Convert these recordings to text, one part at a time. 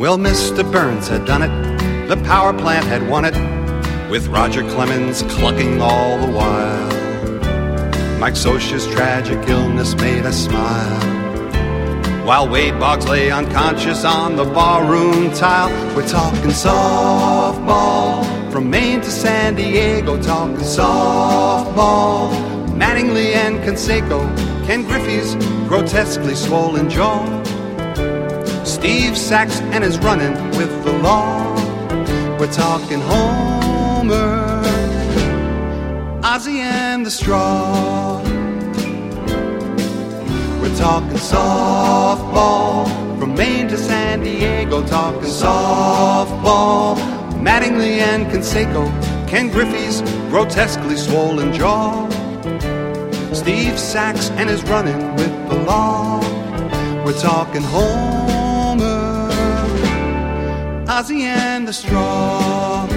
Well, Mr. Burns had done it, the power plant had won it, with Roger Clemens clucking all the while. Mike Scioscia's tragic illness made us smile, while Wade Boggs lay unconscious on the barroom tile. We're talking softball, from Maine to San Diego, talking softball. Mattingly and Canseco, Ken Griffey's grotesquely swollen jaw, Steve Sachs and his running with the law. We're talking Homer, Ozzie and the Straw. We're talking softball, from Maine to San Diego, talking softball. Mattingly and Canseco, Ken Griffey's grotesquely swollen jaw, Steve Sachs and his running with the law. We're talking Homer, Ozzie and the Straw.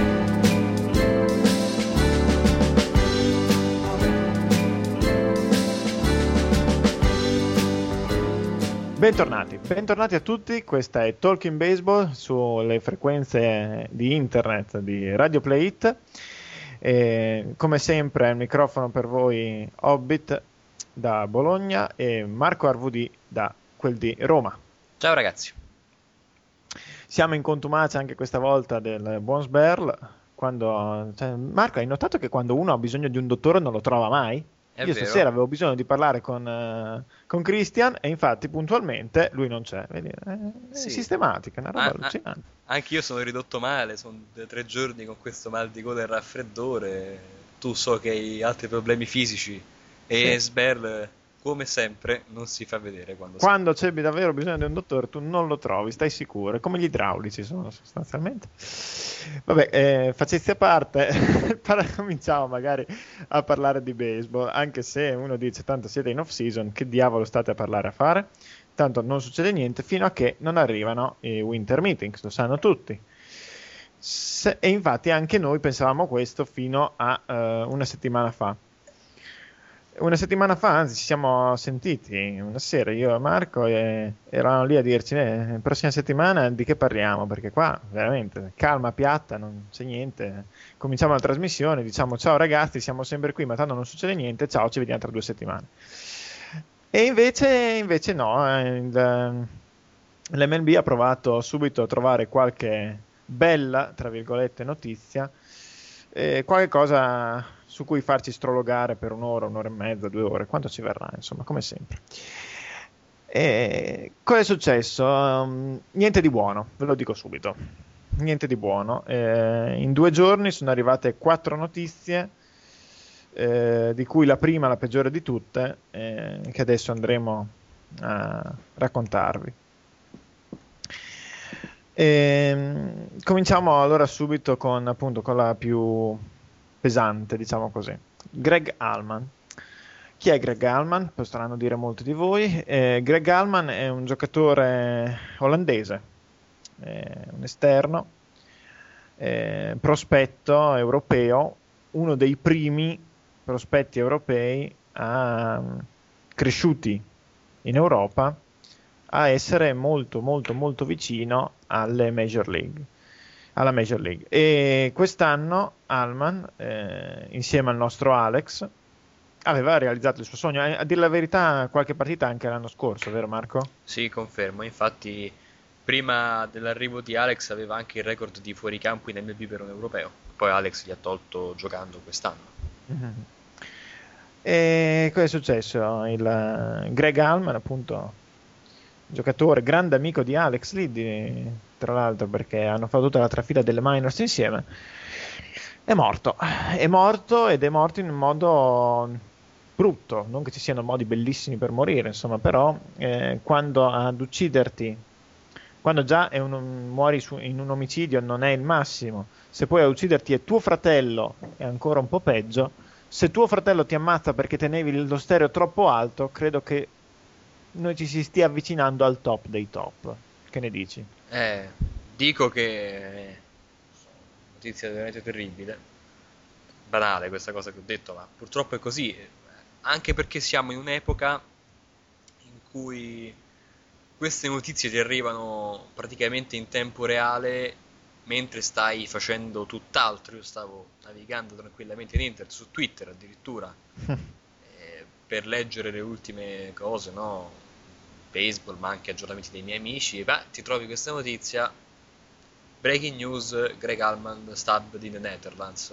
Bentornati a tutti, questa è Talking Baseball sulle frequenze di internet di Radio Play It. Come sempre al microfono per voi Hobbit da Bologna e Marco Arvudi da quel di Roma. Ciao ragazzi. Siamo in contumacia anche questa volta del buon Sberl. Marco, hai notato che quando uno ha bisogno di un dottore non lo trova mai? Io stasera avevo bisogno di parlare con Christian e infatti puntualmente lui non c'è. Vedi? È sistematica, è una roba allucinante. Anche io sono ridotto male, sono 3 giorni con questo mal di gola e raffreddore. Tu so che hai altri problemi fisici e Sberl, come sempre, non si fa vedere quando c'è davvero bisogno di un dottore tu non lo trovi, stai sicuro, è come gli idraulici sono sostanzialmente. Vabbè, facessi a parte, cominciamo magari a parlare di baseball, anche se uno dice tanto siete in off season, che diavolo state a parlare a fare? Tanto non succede niente fino a che non arrivano i winter meetings, lo sanno tutti. E infatti anche noi pensavamo questo fino a una settimana fa. Una settimana fa, anzi, ci siamo sentiti una sera, io e Marco, e eravamo lì a dirci, prossima settimana di che parliamo? Perché qua, veramente, calma piatta, non c'è niente. Cominciamo la trasmissione, diciamo ciao ragazzi, siamo sempre qui, ma tanto non succede niente, ciao, ci vediamo tra 2 settimane. E invece no, l'MLB ha provato subito a trovare qualche bella, tra virgolette, notizia, qualche cosa su cui farci strologare per un'ora e mezza, 2 ore, quanto ci verrà, insomma, come sempre. Cosa è successo? Niente di buono, ve lo dico subito. Niente di buono. In 2 giorni sono arrivate 4 notizie, di cui la prima, la peggiore di tutte, che adesso andremo a raccontarvi. Cominciamo allora subito con la più pesante, diciamo così. Greg Allman. Chi è Greg Allman? Potranno dire molti di voi. Greg Allman è un giocatore olandese, un esterno, prospetto europeo, uno dei primi prospetti europei cresciuti in Europa a essere molto molto molto vicino alla Major League. E quest'anno Allman, insieme al nostro Alex, aveva realizzato il suo sogno. A dire la verità, qualche partita anche l'anno scorso, vero Marco? Sì, confermo. Infatti prima dell'arrivo di Alex aveva anche il record di fuoricampo in MLB per un europeo. Poi Alex gli ha tolto giocando quest'anno. Mm-hmm. E cosa è successo? Il Greg Allman, appunto, giocatore, grande amico di Alex Lee, tra l'altro, perché hanno fatto tutta la trafila delle minors insieme, è morto ed è morto in un modo brutto, non che ci siano modi bellissimi per morire, insomma, però quando ad ucciderti, quando già muori in un omicidio non è il massimo, se poi a ucciderti è tuo fratello è ancora un po' peggio. Se tuo fratello ti ammazza perché tenevi lo stereo troppo alto, credo che noi ci si stia avvicinando al top dei top. Che ne dici? Dico che notizia veramente terribile, banale questa cosa che ho detto, ma purtroppo è così, anche perché siamo in un'epoca in cui queste notizie ti arrivano praticamente in tempo reale mentre stai facendo tutt'altro. Io stavo navigando tranquillamente in internet, su Twitter addirittura, per leggere le ultime cose, no? Baseball, ma anche aggiornamenti dei miei amici, e ti trovi questa notizia: breaking news, Greg Allman stabbed in the Netherlands.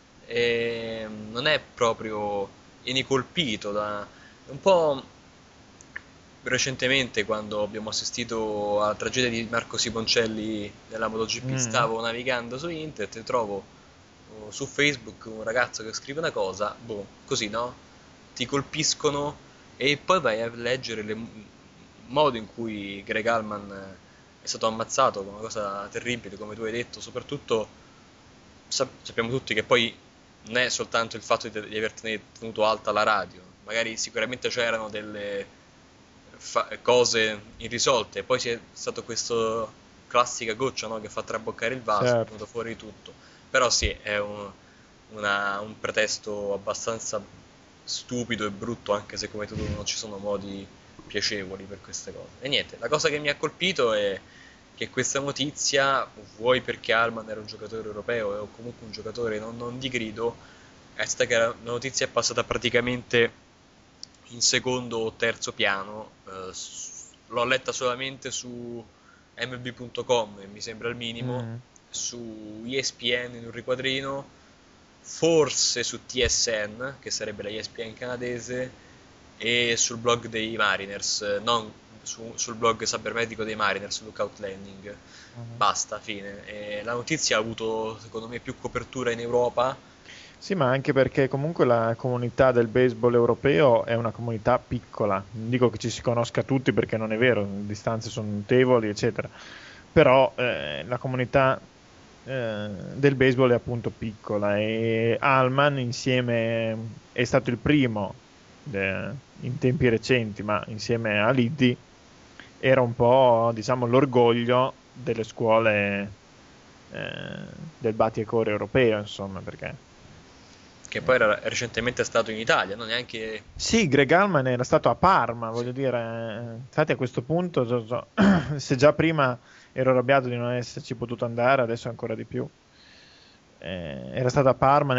E non è proprio colpito da un po'. Recentemente, quando abbiamo assistito alla tragedia di Marco Simoncelli nella MotoGP, stavo navigando su internet e trovo su Facebook un ragazzo che scrive una cosa, boh, così, no? Ti colpiscono, e poi vai a leggere il modo in cui Greg Allman è stato ammazzato, una cosa terribile, come tu hai detto. Soprattutto sappiamo tutti che poi non è soltanto il fatto di aver tenuto alta la radio, magari sicuramente c'erano delle cose irrisolte, poi c'è stato questo classica goccia, no, che fa traboccare il vaso, è venuto fuori tutto. Però sì, è un pretesto abbastanza stupido e brutto, anche se come tu non ci sono modi piacevoli per queste cose. E niente, la cosa che mi ha colpito è che questa notizia, vuoi perché Allman era un giocatore europeo o comunque un giocatore non di grido, è stata che la notizia è passata praticamente in secondo o terzo piano. L'ho letta solamente su mlb.com e mi sembra il minimo, su ESPN in un riquadrino, forse su TSN, che sarebbe la ESPN canadese, e sul blog dei Mariners, non sul blog sabermetico dei Mariners, Lookout Landing. Basta, fine. E la notizia ha avuto, secondo me, più copertura in Europa. Sì, ma anche perché comunque la comunità del baseball europeo è una comunità piccola. Non dico che ci si conosca tutti, perché non è vero, le distanze sono notevoli, eccetera. Però la comunità del baseball è appunto piccola, e Allman insieme è stato il primo in tempi recenti, ma insieme a Liddy era un po', diciamo, l'orgoglio delle scuole del battiacore europeo, insomma, perché che poi era recentemente stato in Italia, non neanche. Sì, Greg Allman era stato a Parma, voglio dire, infatti a questo punto se già prima ero arrabbiato di non esserci potuto andare, adesso ancora di più. Era stato a Parma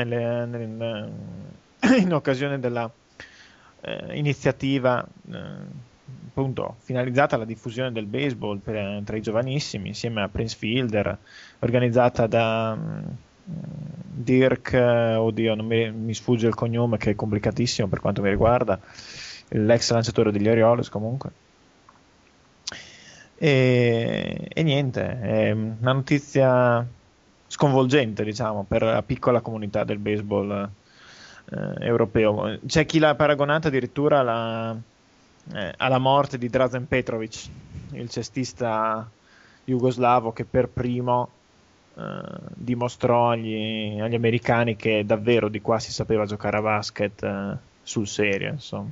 in occasione della iniziativa appunto finalizzata alla diffusione del baseball tra i giovanissimi, insieme a Prince Fielder, organizzata da Dirk, oddio, non mi sfugge il cognome, che è complicatissimo per quanto mi riguarda, l'ex lanciatore degli Orioles comunque. E niente, è una notizia sconvolgente, diciamo, per la piccola comunità del baseball europeo. C'è chi l'ha paragonata addirittura alla morte di Drazen Petrovic, il cestista jugoslavo che per primo dimostrò agli americani che davvero di qua si sapeva giocare a basket sul serio, insomma.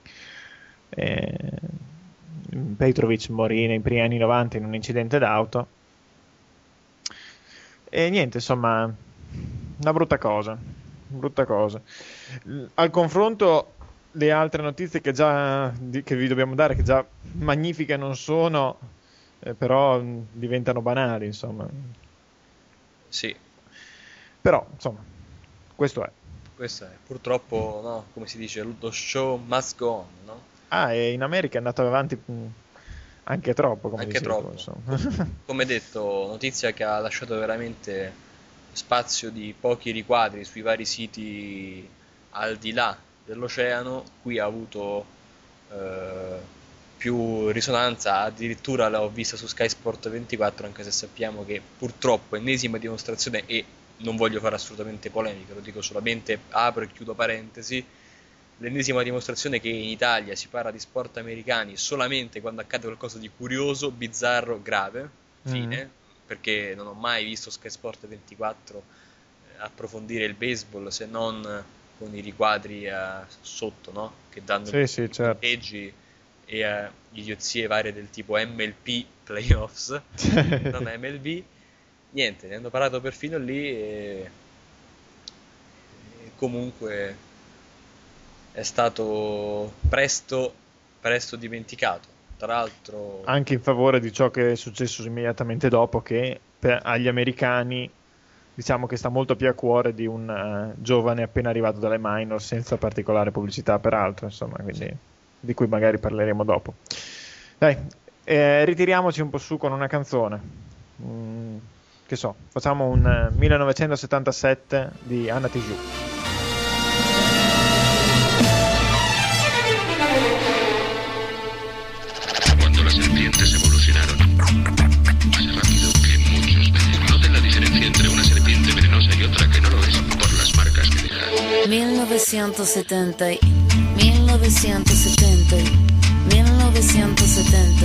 Petrovic morì nei primi anni 90 in un incidente d'auto, e niente, insomma, una brutta cosa. Al confronto, le altre notizie che vi dobbiamo dare, che già magnifiche non sono, però diventano banali, insomma. Sì. Però, insomma, questo è. Purtroppo, no, come si dice, lo show must go on, no? E in America è andato avanti anche troppo, come anche dicevo, troppo. insomma. Come detto, notizia che ha lasciato veramente spazio di pochi riquadri sui vari siti al di là dell'oceano. Qui ha avuto più risonanza, addirittura l'ho vista su Sky Sport 24, anche se sappiamo che purtroppo ennesima dimostrazione, e non voglio fare assolutamente polemica, lo dico solamente, apro e chiudo parentesi, l'ennesima dimostrazione che in Italia si parla di sport americani solamente quando accade qualcosa di curioso, bizzarro, grave, fine, perché non ho mai visto Sky Sport 24 approfondire il baseball, se non con i riquadri sotto, no? Che danno sì, certo. punteggi e idiozie varie del tipo MLP Playoffs, non MLB. Niente, ne hanno parlato perfino lì, e comunque è stato presto dimenticato. Tra l'altro, anche in favore di ciò che è successo immediatamente dopo, che agli americani diciamo che sta molto più a cuore di un giovane appena arrivato dalle minor senza particolare pubblicità peraltro, insomma, quindi di cui magari parleremo dopo. Dai, ritiriamoci un po' su con una canzone. Che so, facciamo un 1977 di Anna Tijoux. Cuando las serpientes evolucionaron, más rápido que muchos venenos. Noten la diferencia entre una serpiente venenosa y otra que no lo es por las marcas que deja. 1970, 1970, 1970,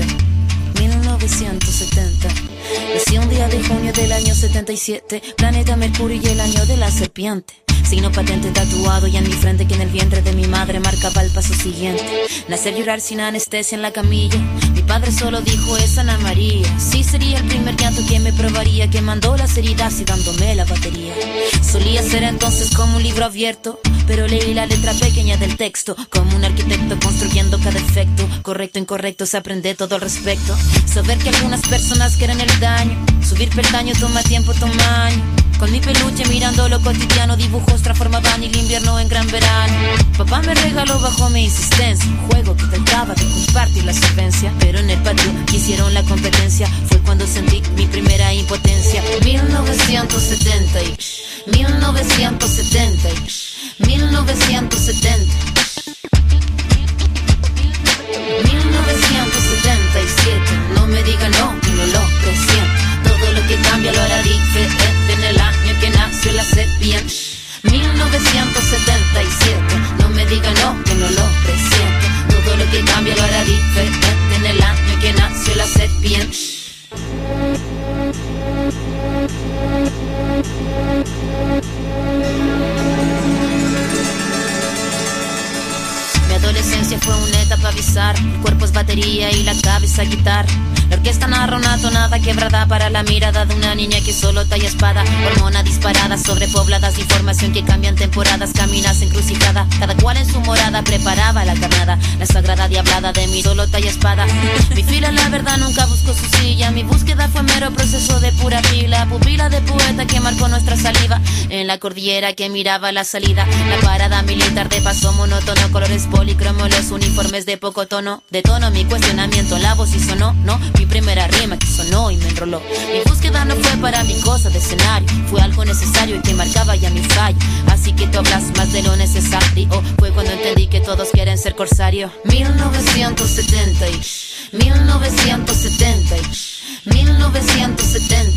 1970. Nací un día de junio del año 77, planeta Mercurio y el año de la serpiente. Signo patente tatuado ya en mi frente que en el vientre de mi madre marcaba el paso siguiente. Nacer llorar sin anestesia en la camilla. Mi padre solo dijo es Ana María. Sí sería el primer llanto que me probaría, que mandó las heridas y dándome la batería. Solía ser entonces como un libro abierto, pero leí la letra pequeña del texto, como un arquitecto construyendo cada efecto. Correcto, incorrecto, se aprende todo al respecto. Saber que algunas personas quieren el daño, subir peldaño toma tiempo, toma años. Con mi peluche mirando lo cotidiano, dibujos transformaban el invierno en gran verano. Papá me regaló bajo mi insistencia un juego que trataba de compartir la solvencia, pero en el patio quisieron la competencia. Fue cuando sentí mi primera impotencia. 1970, 1970, 1970, 1977. No me diga no, que no lo presiento. Todo lo que cambia lo hará diferente en el año que nació la serpiente. 1977. No me diga no, que no lo presiento. Todo lo que cambia lo hará diferente en el año que nació la serpiente. Mi adolescencia fue una etapa bizarra. El cuerpo es batería y la cabeza guitarra. La orquesta narra una tonada quebrada para la mirada de una niña que solo talla espada. Hormona disparada, sobrepobladas de información que cambian temporadas. Caminas encrucijada, cada cual en su morada preparaba la carnada. La sagrada diablada de mi solo talla espada. Mi fila la verdad nunca buscó su silla. Mi búsqueda fue mero proceso de pura pila. Pupila de poeta que marcó nuestra saliva. En la cordillera que miraba la salida. La parada militar de paso monótono. Colores policromos, los uniformes de poco tono. De tono mi cuestionamiento, la voz y sonó, no. Mi primera rima que sonó y me enroló. Mi búsqueda no fue para mi cosa de escenario, fue algo necesario y que marcaba ya mi fallo. Así que tú hablas más de lo necesario. Fue cuando entendí que todos quieren ser corsario. 1970, 1970, 1970,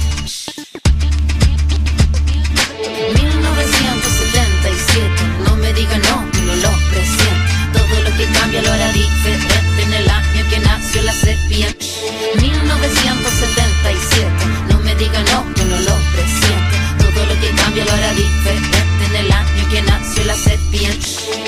1977. No me diga no, no lo presiento. Todo lo que cambia lo hará diferente en el año que nació la serpiente. 1977. No me diga no, yo no lo presiento. Todo lo que cambia lo hará diferente en el año que nació la serpiente.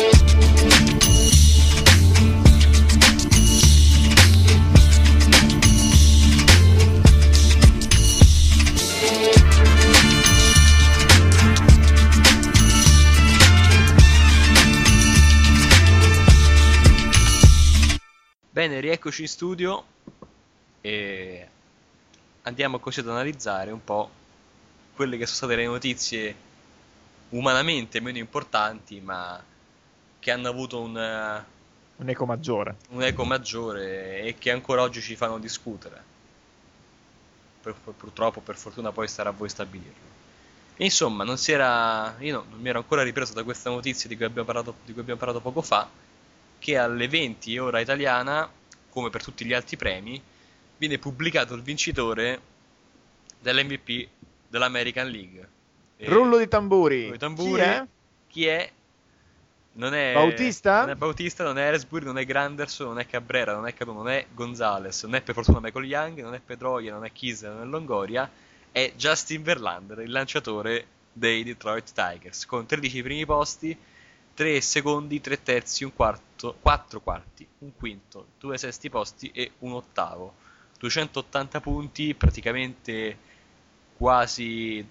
Bene, rieccoci in studio e andiamo così ad analizzare un po' quelle che sono state le notizie umanamente meno importanti, ma che hanno avuto un eco maggiore. Un eco maggiore e che ancora oggi ci fanno discutere. Purtroppo, per fortuna, poi sarà a voi stabilirlo. E insomma, io non mi ero ancora ripreso da questa notizia di cui abbiamo parlato poco fa, che alle 20 ora italiana, come per tutti gli altri premi, viene pubblicato il vincitore dell'MVP dell'American League. Rullo di tamburi. Chi è? Non è Bautista? Non è Bautista, non è Eresbury, non è Granderson, non è Cabrera, non è Cadu, non è Gonzalez, non è per fortuna Michael Young, non è Pedroia, non è Kisler, non è Longoria, è Justin Verlander, il lanciatore dei Detroit Tigers, con 13 primi posti, 3 secondi, 3 terzi, un quarto, 4 quarti, un quinto, 2 sesti posti e un ottavo. 280 punti, praticamente quasi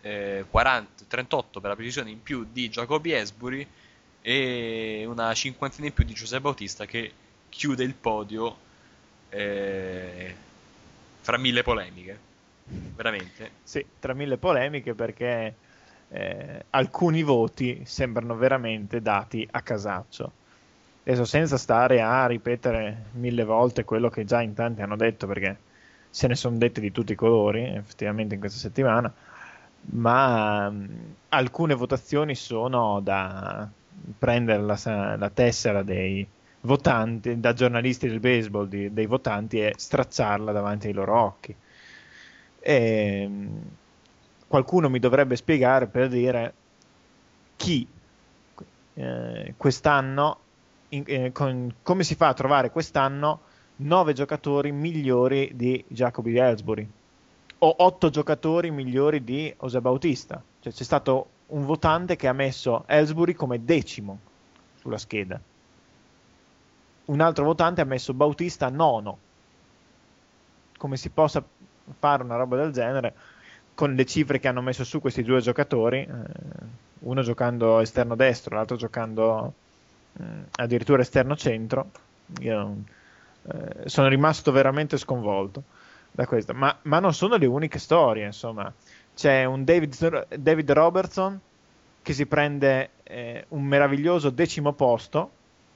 38 per la precisione in più di Jacoby Ellsbury e una cinquantina in più di Giuseppe Bautista, che chiude il podio fra mille polemiche, veramente. Sì, tra mille polemiche, perché alcuni voti sembrano veramente dati a casaccio. Adesso, senza stare a ripetere mille volte quello che già in tanti hanno detto, perché se ne sono dette di tutti i colori effettivamente in questa settimana, ma alcune votazioni sono da prendere la tessera dei votanti, da giornalisti del baseball, dei votanti, e stracciarla davanti ai loro occhi. E qualcuno mi dovrebbe spiegare, per dire, chi quest'anno, come si fa a trovare quest'anno 9 giocatori migliori di Jacoby Ellsbury o 8 giocatori migliori di José Bautista. Cioè, c'è stato un votante che ha messo Ellsbury come 10° sulla scheda, un altro votante ha messo Bautista 9. Come si possa fare una roba del genere con le cifre che hanno messo su questi due giocatori, uno giocando esterno destro, l'altro giocando addirittura esterno centro? Io sono rimasto veramente sconvolto da questo, ma non sono le uniche storie, insomma. C'è un David Robertson che si prende un meraviglioso 10° posto,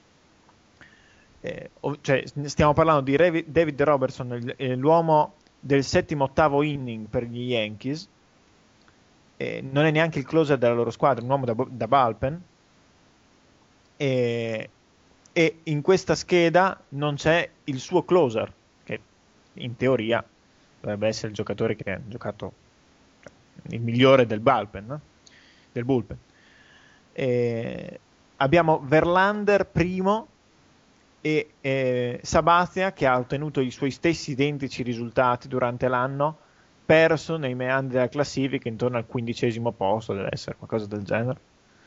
cioè stiamo parlando di David Robertson, l'uomo del 7º-8º inning per gli Yankees, non è neanche il closer della loro squadra, un uomo da bullpen, e in questa scheda non c'è il suo closer, che in teoria dovrebbe essere il giocatore che ha giocato, il migliore del bullpen, no? Del bullpen. Abbiamo Verlander primo e Sabathia, che ha ottenuto i suoi stessi identici risultati durante l'anno, perso nei meandri della classifica intorno al 15° posto, deve essere qualcosa del genere.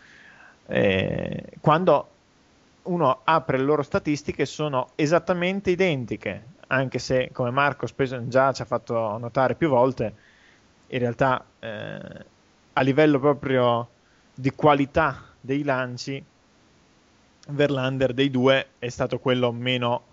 Quando uno apre le loro statistiche sono esattamente identiche, anche se, come Marco spesso già ci ha fatto notare più volte, in realtà a livello proprio di qualità dei lanci Verlander dei due è stato quello meno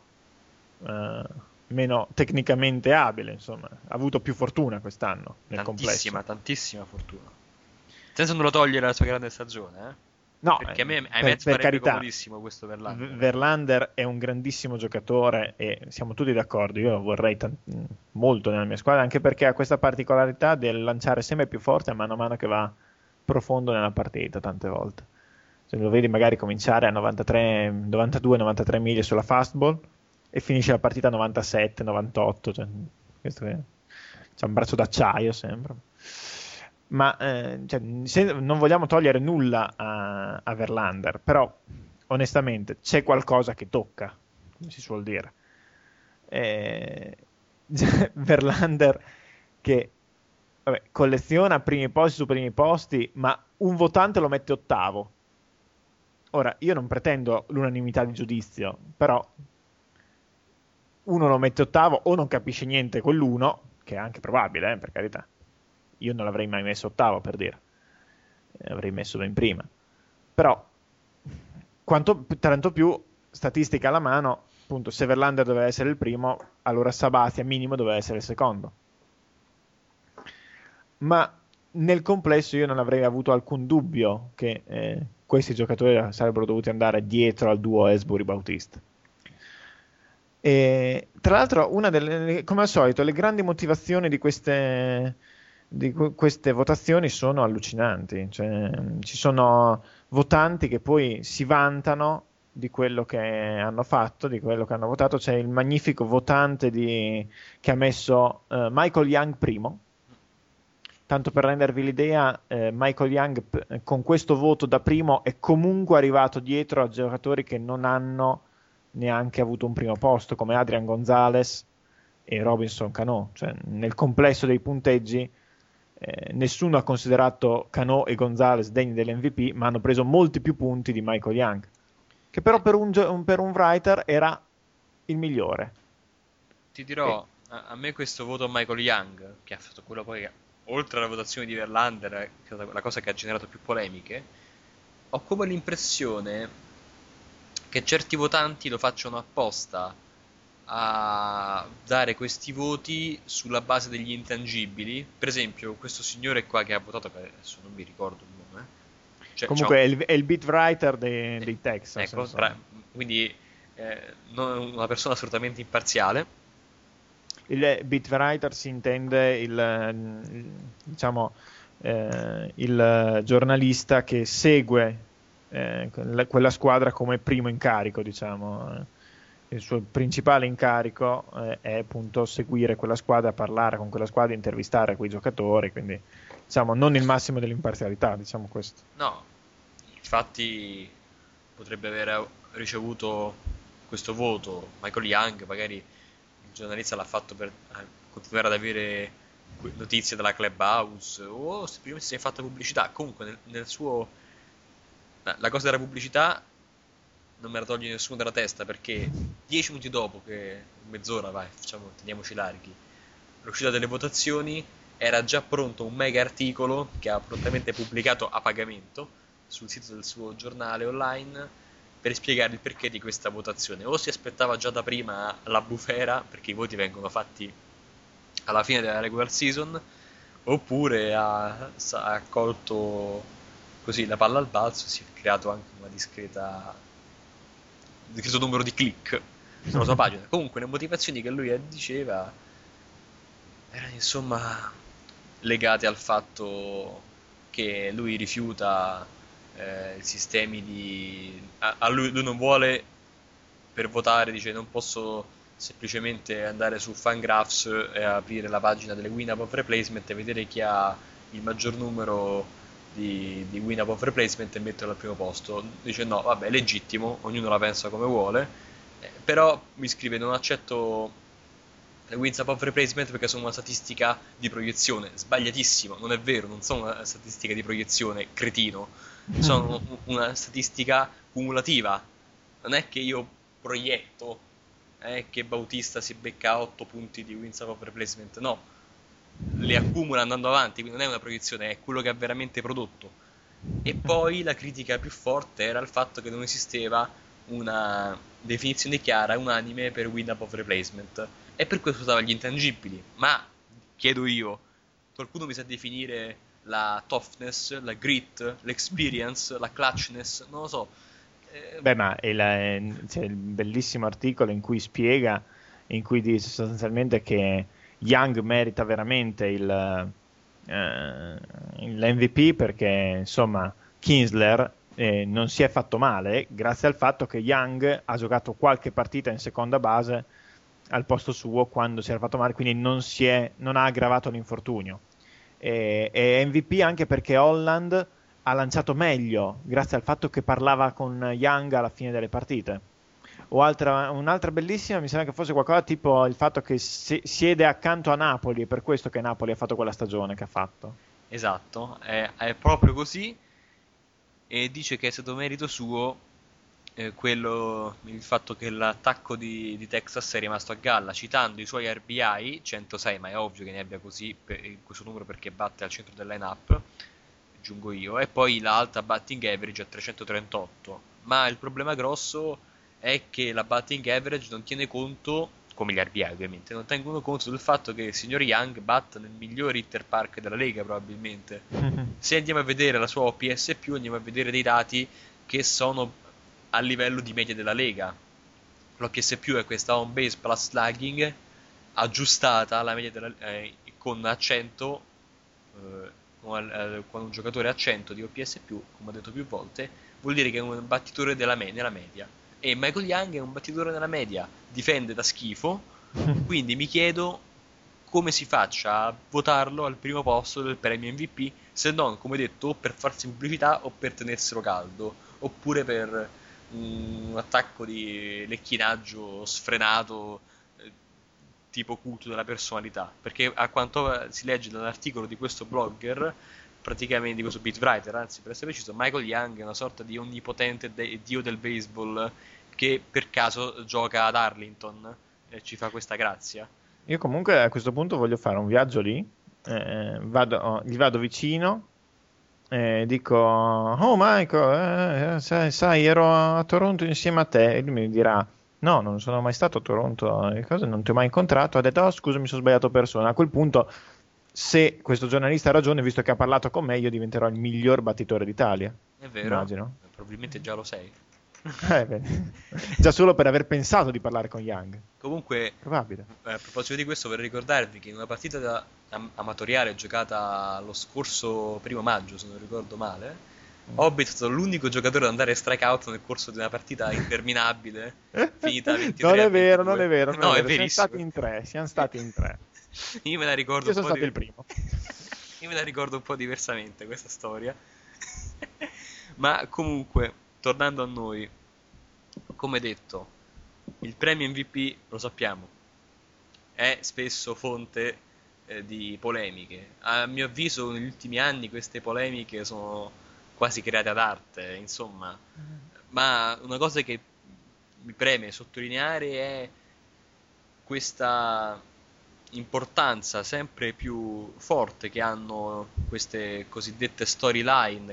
tecnicamente abile, insomma, ha avuto più fortuna quest'anno nel complesso. Tantissima fortuna, senza nulla togliere la sua grande stagione, No, perché a me farebbe carità, comodissimo questo Verlander. Verlander è un grandissimo giocatore e siamo tutti d'accordo, io lo vorrei molto nella mia squadra, anche perché ha questa particolarità del lanciare sempre più forte mano a mano che va profondo nella partita tante volte. Se lo vedi magari cominciare a 92-93 miglia sulla fastball e finisce la partita a 97, 98, cioè, questo c'è un braccio d'acciaio sempre. Ma non vogliamo togliere nulla a Verlander, però onestamente c'è qualcosa che tocca, come si suol dire. Verlander che colleziona primi posti su primi posti, ma un votante lo mette 8º. Ora, io non pretendo l'unanimità di giudizio, però uno lo mette 8º o non capisce niente quell'uno, che è anche probabile, per carità. Io non l'avrei mai messo 8º, per dire. Avrei messo ben prima. Però, tanto più, statistica alla mano, appunto, se Verlander doveva essere il primo, allora Sabathia minimo doveva essere il secondo. Ma nel complesso io non avrei avuto alcun dubbio che questi giocatori sarebbero dovuti andare dietro al duo Ellsbury-Bautista. E tra l'altro, come al solito, le grandi motivazioni di queste votazioni sono allucinanti. Cioè, ci sono votanti che poi si vantano di quello che hanno fatto, di quello che hanno votato. C'è il magnifico votante che ha messo Michael Young primo. Tanto per rendervi l'idea, Michael Young con questo voto da primo è comunque arrivato dietro a giocatori che non hanno neanche avuto un primo posto, come Adrian Gonzalez e Robinson Cano. Cioè, nel complesso dei punteggi nessuno ha considerato Cano e Gonzalez degni dell'MVP, ma hanno preso molti più punti di Michael Young, che però per un writer era il migliore. Ti dirò, a me questo voto a Michael Young, che ha fatto quello poi, oltre alla votazione di Verlander, la cosa che ha generato più polemiche, ho come l'impressione che certi votanti lo facciano apposta a dare questi voti sulla base degli intangibili. Per esempio, questo signore qua che ha votato, che adesso non mi ricordo il nome. Cioè, Comunque è il beat writer dei Texans. Ecco, quindi una persona assolutamente imparziale. Il beat writer si intende diciamo, il giornalista che segue quella squadra come primo incarico, diciamo. Il suo principale incarico è appunto seguire quella squadra, parlare con quella squadra, intervistare quei giocatori, quindi diciamo non il massimo dell'imparzialità, diciamo questo. No, infatti potrebbe aver ricevuto questo voto Michael Young, magari il giornalista l'ha fatto per continuare ad avere notizie dalla clubhouse o semplicemente si è fatta pubblicità. Comunque nel suo la cosa della pubblicità non me la toglie nessuno dalla testa, perché 10 minuti dopo, che mezz'ora, vai, teniamoci larghi, l'uscita delle votazioni, era già pronto un mega articolo che ha prontamente pubblicato a pagamento sul sito del suo giornale online per spiegare il perché di questa votazione. O si aspettava già da prima la bufera, perché i voti vengono fatti alla fine della regular season, oppure ha colto così la palla al balzo, si è creato anche un discreto numero di click sulla sua pagina. Comunque le motivazioni che lui diceva erano insomma legate al fatto che lui rifiuta i sistemi di... lui non vuole, per votare, dice non posso semplicemente andare su Fangraphs e aprire la pagina delle win above replacement e vedere chi ha il maggior numero di win above replacement e metterlo al primo posto. Dice no, vabbè, è legittimo, ognuno la pensa come vuole, però mi scrive non accetto le wins above replacement perché sono una statistica di proiezione. Sbagliatissimo, non è vero, non sono una statistica di proiezione, cretino, sono una statistica cumulativa. Non è che io proietto che Bautista si becca 8 punti di wins above replacement, no, le accumula andando avanti, quindi non è una proiezione, è quello che ha veramente prodotto. E poi la critica più forte era il fatto che non esisteva una definizione chiara, unanime per win above replacement, e per questo usava gli intangibili. Ma chiedo io, qualcuno mi sa definire la toughness, la grit, l'experience, la clutchness? Non lo so. Beh, ma c'è il bellissimo articolo in cui spiega, in cui dice sostanzialmente che Young merita veramente l'MVP perché insomma Kinsler non si è fatto male grazie al fatto che Young ha giocato qualche partita in seconda base al posto suo quando si era fatto male, quindi non ha aggravato l'infortunio, e MVP anche perché Holland ha lanciato meglio grazie al fatto che parlava con Young alla fine delle partite. O un'altra bellissima, mi sembra che fosse qualcosa tipo il fatto che siede accanto a Napoli, è per questo che Napoli ha fatto quella stagione che ha fatto. Esatto, è proprio così, e dice che è stato merito suo il fatto che l'attacco di Texas è rimasto a galla, citando i suoi RBI 106, ma è ovvio che ne abbia così questo numero perché batte al centro del line-up, aggiungo io, e poi l'alta batting average a 338, ma il problema grosso è che la batting average non tiene conto, come gli RBI ovviamente, non tengono conto del fatto che il signor Young batte nel miglior hitter park della Lega probabilmente. Se andiamo a vedere la sua OPS+, andiamo a vedere dei dati che sono a livello di media della Lega. L'OPS+, è questa on base plus slugging aggiustata alla media con a 100, quando un giocatore ha 100 di OPS+, come ho detto più volte, vuol dire che è un battitore nella media. E Michael Young è un battitore nella media, difende da schifo, quindi mi chiedo come si faccia a votarlo al primo posto del premio MVP, se non, come detto, o per farsi pubblicità o per tenerselo caldo, oppure per un attacco di lecchinaggio sfrenato, tipo culto della personalità, perché a quanto si legge dall'articolo di questo blogger, praticamente di questo beat writer, anzi per essere preciso, Michael Young è una sorta di onnipotente dio del baseball che per caso gioca ad Arlington e ci fa questa grazia. Io comunque a questo punto voglio fare un viaggio lì, gli vado vicino, dico oh Michael, sai ero a Toronto insieme a te, e lui mi dirà No, non sono mai stato a Toronto, non ti ho mai incontrato. Ha detto, oh, scusa, mi sono sbagliato persona. A quel punto, se questo giornalista ha ragione, visto che ha parlato con me, io diventerò il miglior battitore d'Italia. È vero? Immagino. Probabilmente già lo sei. Beh, già solo per aver pensato di parlare con Young. Comunque, Probabile. a proposito di questo, vorrei ricordarvi che in una partita amatoriale giocata lo scorso 1° maggio, se non ricordo male, Hobbit è stato l'unico giocatore ad andare strike out nel corso di una partita interminabile, finita 23 Non a è vero, 22. non è vero. No, è Siamo verissimo. stati in tre, siamo stati in tre. Io me la ricordo Io un sono po' stato il primo. Io me la ricordo un po' diversamente questa storia. Ma comunque, tornando a noi, come detto, il premio MVP, lo sappiamo, è spesso fonte di polemiche. A mio avviso, negli ultimi anni queste polemiche sono quasi create ad arte, insomma. Ma una cosa che mi preme sottolineare è questa importanza sempre più forte che hanno queste cosiddette storyline,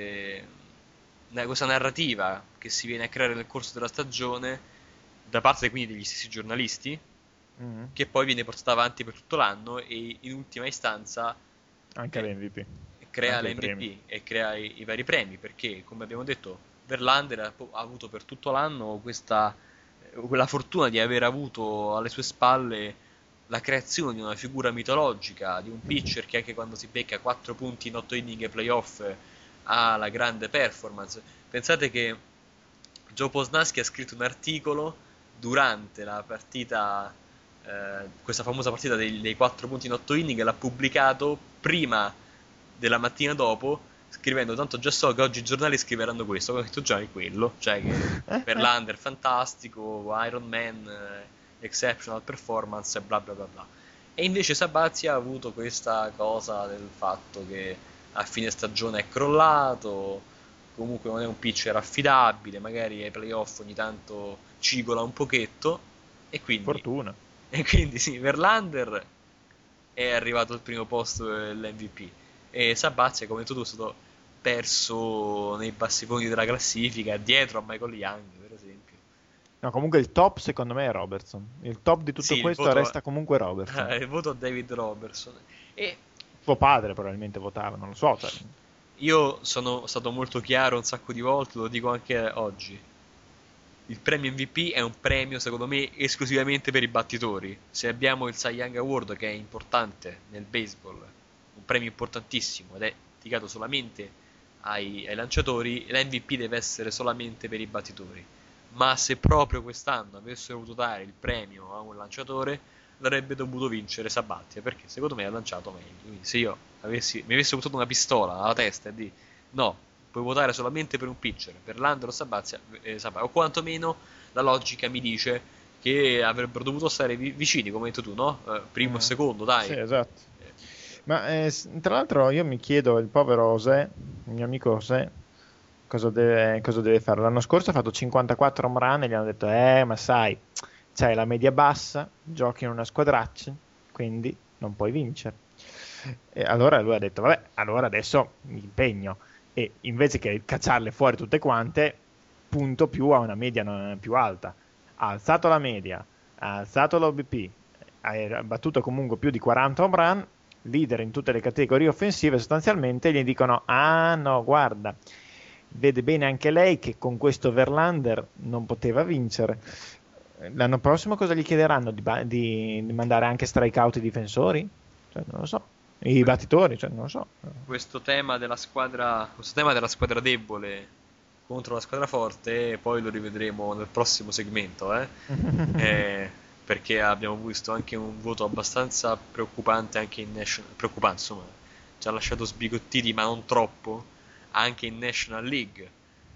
questa narrativa che si viene a creare nel corso della stagione da parte quindi degli stessi giornalisti, che poi viene portata avanti per tutto l'anno e in ultima istanza Anche l'MVP. crea Anche i l'MVP premi. e crea i vari premi, perché come abbiamo detto Verlander ha avuto per tutto l'anno quella fortuna di aver avuto alle sue spalle la creazione di una figura mitologica, di un pitcher che anche quando si becca 4 punti in 8 inning e playoff ha la grande performance. Pensate che Joe Posnanski ha scritto un articolo durante la partita, questa famosa partita dei 4 punti in 8 inning, e l'ha pubblicato prima della mattina dopo, scrivendo: tanto già so che oggi i giornali scriveranno questo, ho detto già è quello, cioè che Verlander fantastico, Iron Man, exceptional performance e bla bla bla bla. E invece Sabathia ha avuto questa cosa del fatto che a fine stagione è crollato, comunque non è un pitcher affidabile, magari ai playoff ogni tanto cigola un pochetto, e Fortuna. quindi sì, Verlander è arrivato al primo posto dell'MVP e Sabathia, come tu, è stato perso nei bassi fondi della classifica dietro a Michael Young, per esempio. No, comunque il top secondo me è Robertson. Il top di tutto Sì, il questo voto- resta comunque Robertson. Il voto a David Robertson. E Suo padre probabilmente votava, non lo so. Cioè. io sono stato molto chiaro un sacco di volte, lo dico anche oggi. Il premio MVP è un premio, secondo me, esclusivamente per i battitori. Se abbiamo il Cy Young Award, che è importante nel baseball, un premio importantissimo ed è dedicato solamente ai lanciatori, l'MVP deve essere solamente per i battitori. Ma se proprio quest'anno avessero voluto dare il premio a un lanciatore, l'avrebbe dovuto vincere Sabathia, perché secondo me ha lanciato meglio. Quindi se io mi avessi buttato una pistola alla testa e di no, puoi votare solamente per un pitcher, per Landro o Sabathia, o quantomeno la logica mi dice che avrebbero dovuto stare vicini, come hai detto tu, no? Primo e secondo, dai. Sì, esatto. Ma tra l'altro io mi chiedo, il povero José, il mio amico José, cosa deve fare? L'anno scorso ha fatto 54 home run e gli hanno detto ma sai, c'hai la media bassa, giochi in una squadraccia, quindi non puoi vincere. E allora lui ha detto vabbè, allora adesso mi impegno, e invece che cacciarle fuori tutte quante, punto più a una media più alta. Ha alzato la media, ha alzato l'OBP, ha battuto comunque più di 40 home run, leader in tutte le categorie offensive. Sostanzialmente gli dicono no, guarda, vede bene anche lei che con questo Verlander non poteva vincere. L'anno prossimo cosa gli chiederanno? Di mandare anche strikeout i difensori? Cioè, non lo so. I battitori? Cioè, non lo so. Questo tema della squadra debole contro la squadra forte poi lo rivedremo nel prossimo segmento, perché abbiamo visto anche un voto abbastanza preoccupante anche in National, preoccupante, insomma, ci ha lasciato sbigottiti ma non troppo anche in National League.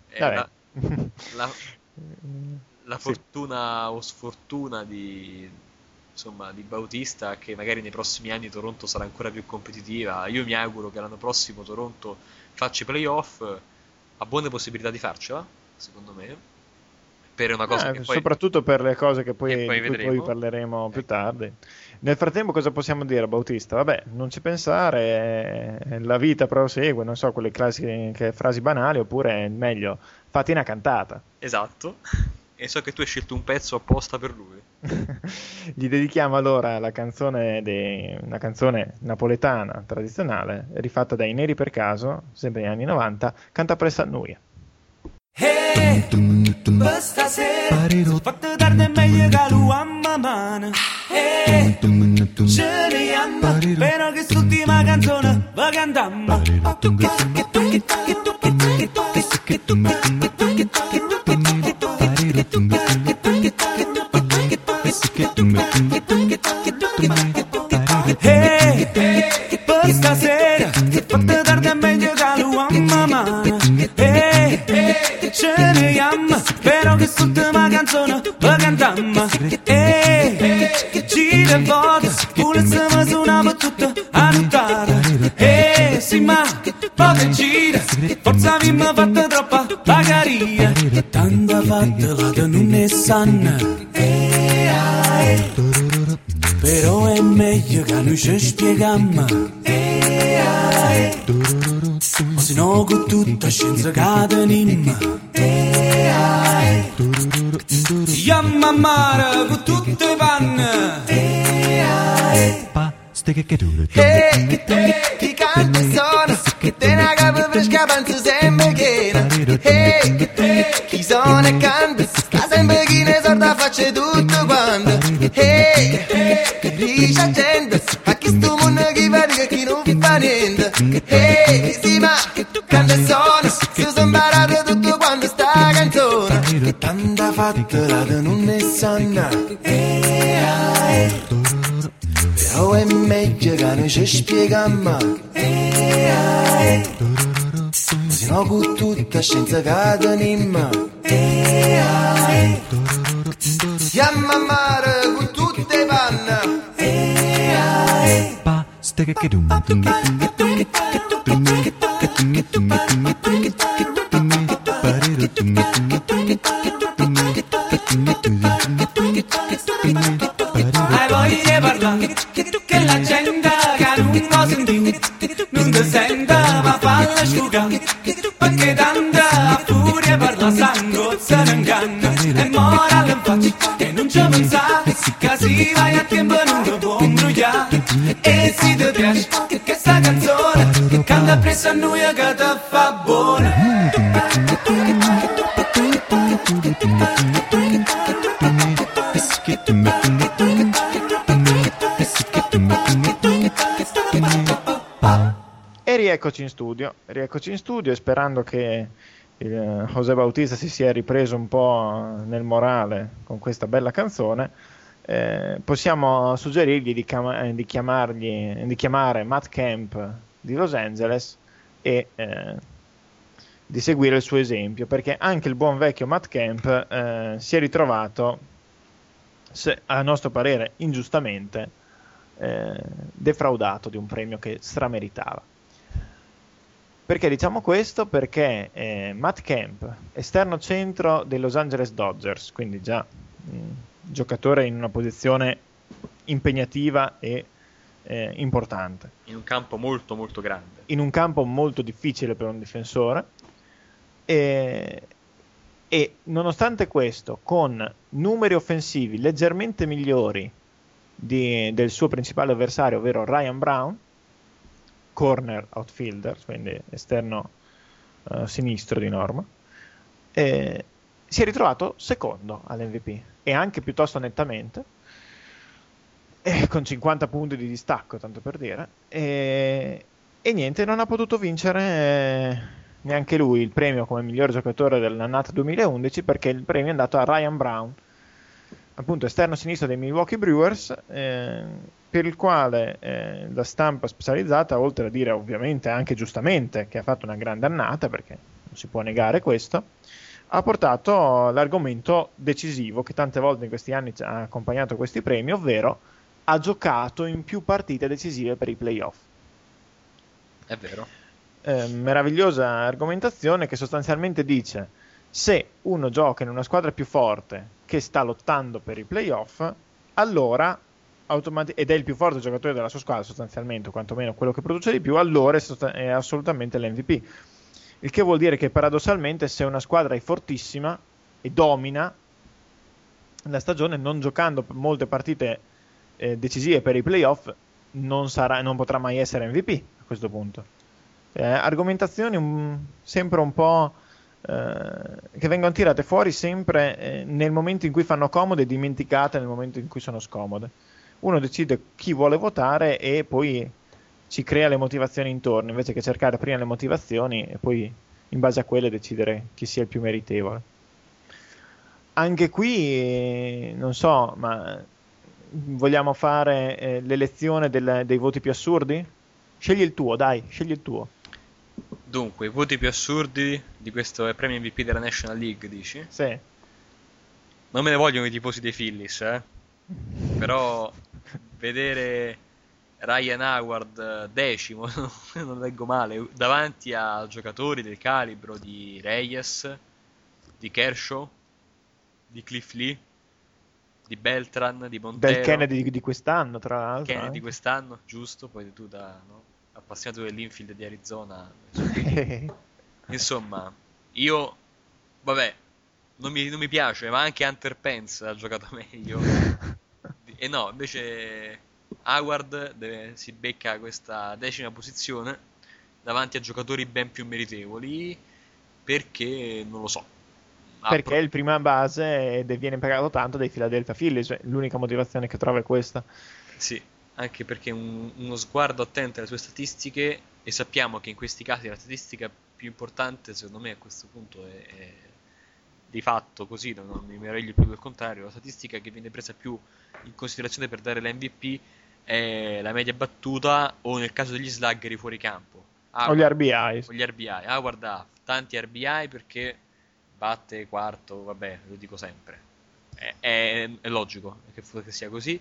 La fortuna o sfortuna di Bautista, che magari nei prossimi anni Toronto sarà ancora più competitiva. Io mi auguro che l'anno prossimo Toronto faccia i playoff, ha buone possibilità di farcela, secondo me, per una cosa che poi, soprattutto per le cose che poi, poi di cui vedremo. poi parleremo più tardi. Nel frattempo cosa possiamo dire a Bautista? Vabbè, non ci pensare, la vita prosegue, non so, quelle classiche frasi banali, oppure meglio, fatti una cantata. Esatto. E so che tu hai scelto un pezzo apposta per lui. Gli dedichiamo allora una canzone napoletana tradizionale, rifatta dai Neri per caso, sempre negli anni 90, Canta presso a Nuia. Hey, questa sera si fatta tardi è meglio che lui a mano. Hey, ce ne amma, però che quest'ultima canzone va cantamma. Hey, per stasera si fatta tardi è meglio che lui a mano. Hey, ce ne amma, però che quest'ultima canzone va cantamma. Hey, gira e volta, pulizziamo su una battuta annottata. Hey, sì ma, poi gira, forza mi ha fatta troppa bagaria. Tanta fatta la che non ne sanno. Però è meglio che noi ci spieghiamo. O se no con tutta scienza che teniamo. Yamma mare con tutte le panne. Ti canto e sono, che te ne capo fresca penso sempre piena. Chi sono e canta, sta sempre chi ne sorda faccia tutto quanto. Dice a gente, a chi sto mondo chi vede che chi non fa niente. Sì ma, canta e sono, si sono imparato tutto quanto sta canzone. Tanta fatta la che non ne sanno. Però è meglio che noi ci spieghiamo. Se no con tutta scienza che teniamo. Siamo a mare con tutte le panne. Hai voglia di parlare, che la gente che non lo senti, non ti senta ma falla asciugare. Perché tanta furia parla sangue, se ne inganna. E morale in faccia, che non ci pensa, che si vai a tempo non ti può imbrogliare. E se ti piace, che sta canzone, canta presso a noi che ti fa buona. E rieccoci in studio e sperando che José Bautista si sia ripreso un po' nel morale con questa bella canzone, possiamo suggerirgli di chiamare Matt Camp di Los Angeles e di seguire il suo esempio, perché anche il buon vecchio Matt Camp si è ritrovato, a nostro parere ingiustamente, defraudato di un premio che strameritava. Perché diciamo questo? Perché Matt Camp, esterno centro dei Los Angeles Dodgers, quindi già giocatore in una posizione impegnativa e importante. In un campo molto molto grande. In un campo molto difficile per un difensore. E nonostante questo, con numeri offensivi leggermente migliori del suo principale avversario, ovvero Ryan Brown, corner outfielder, quindi esterno sinistro di norma, si è ritrovato secondo all'MVP e anche piuttosto nettamente, con 50 punti di distacco, tanto per dire, e niente, non ha potuto vincere neanche lui il premio come miglior giocatore dell'annata 2011, perché il premio è andato a Ryan Brown, appunto esterno sinistro dei Milwaukee Brewers, per il quale la stampa specializzata, oltre a dire ovviamente anche giustamente che ha fatto una grande annata, perché non si può negare questo, ha portato l'argomento decisivo che tante volte in questi anni ha accompagnato questi premi, ovvero ha giocato in più partite decisive per i playoff. È vero. Meravigliosa argomentazione che sostanzialmente dice: se uno gioca in una squadra più forte che sta lottando per i playoff, allora ed è il più forte giocatore della sua squadra sostanzialmente, o quantomeno quello che produce di più, allora è assolutamente l'MVP. Il che vuol dire che paradossalmente, se una squadra è fortissima e domina, la stagione, non giocando molte partite decisive per i playoff, non potrà mai essere MVP a questo punto. Argomentazioni sempre un po' che vengono tirate fuori sempre nel momento in cui fanno comode e dimenticate nel momento in cui sono scomode. Uno decide chi vuole votare e poi ci crea le motivazioni intorno, invece che cercare prima le motivazioni e poi in base a quelle decidere chi sia il più meritevole. Anche qui non so, ma vogliamo fare l'elezione dei voti più assurdi? Scegli il tuo, dai, scegli il tuo. Dunque, i voti più assurdi di questo premio MVP della National League, dici? Sì. Non me ne vogliono i tifosi dei Phillies, però vedere Ryan Howard decimo, non leggo male, davanti a giocatori del calibro di Reyes, di Kershaw, di Cliff Lee, di Beltran, di Montero, Del Kennedy di quest'anno, tra l'altro. Kennedy di quest'anno, giusto? Poi tu appassionato dell'infield di Arizona. Insomma, io, vabbè, non mi piace, ma anche Hunter Pence ha giocato meglio. E no, invece Howard si becca questa 10ª posizione davanti a giocatori ben più meritevoli, perché non lo so. Perché è il prima base ed viene pagato tanto dai Philadelphia Phillies, l'unica motivazione che trovo è questa. Sì, anche perché uno sguardo attento alle sue statistiche, e sappiamo che in questi casi la statistica più importante, secondo me a questo punto è di fatto così, non mi meraviglio più del contrario, la statistica che viene presa più in considerazione per dare l'MVP è la media battuta, o nel caso degli slugger fuori campo. O gli RBI. Howard ha tanti RBI perché batte quarto, vabbè, lo dico sempre. È logico che sia così.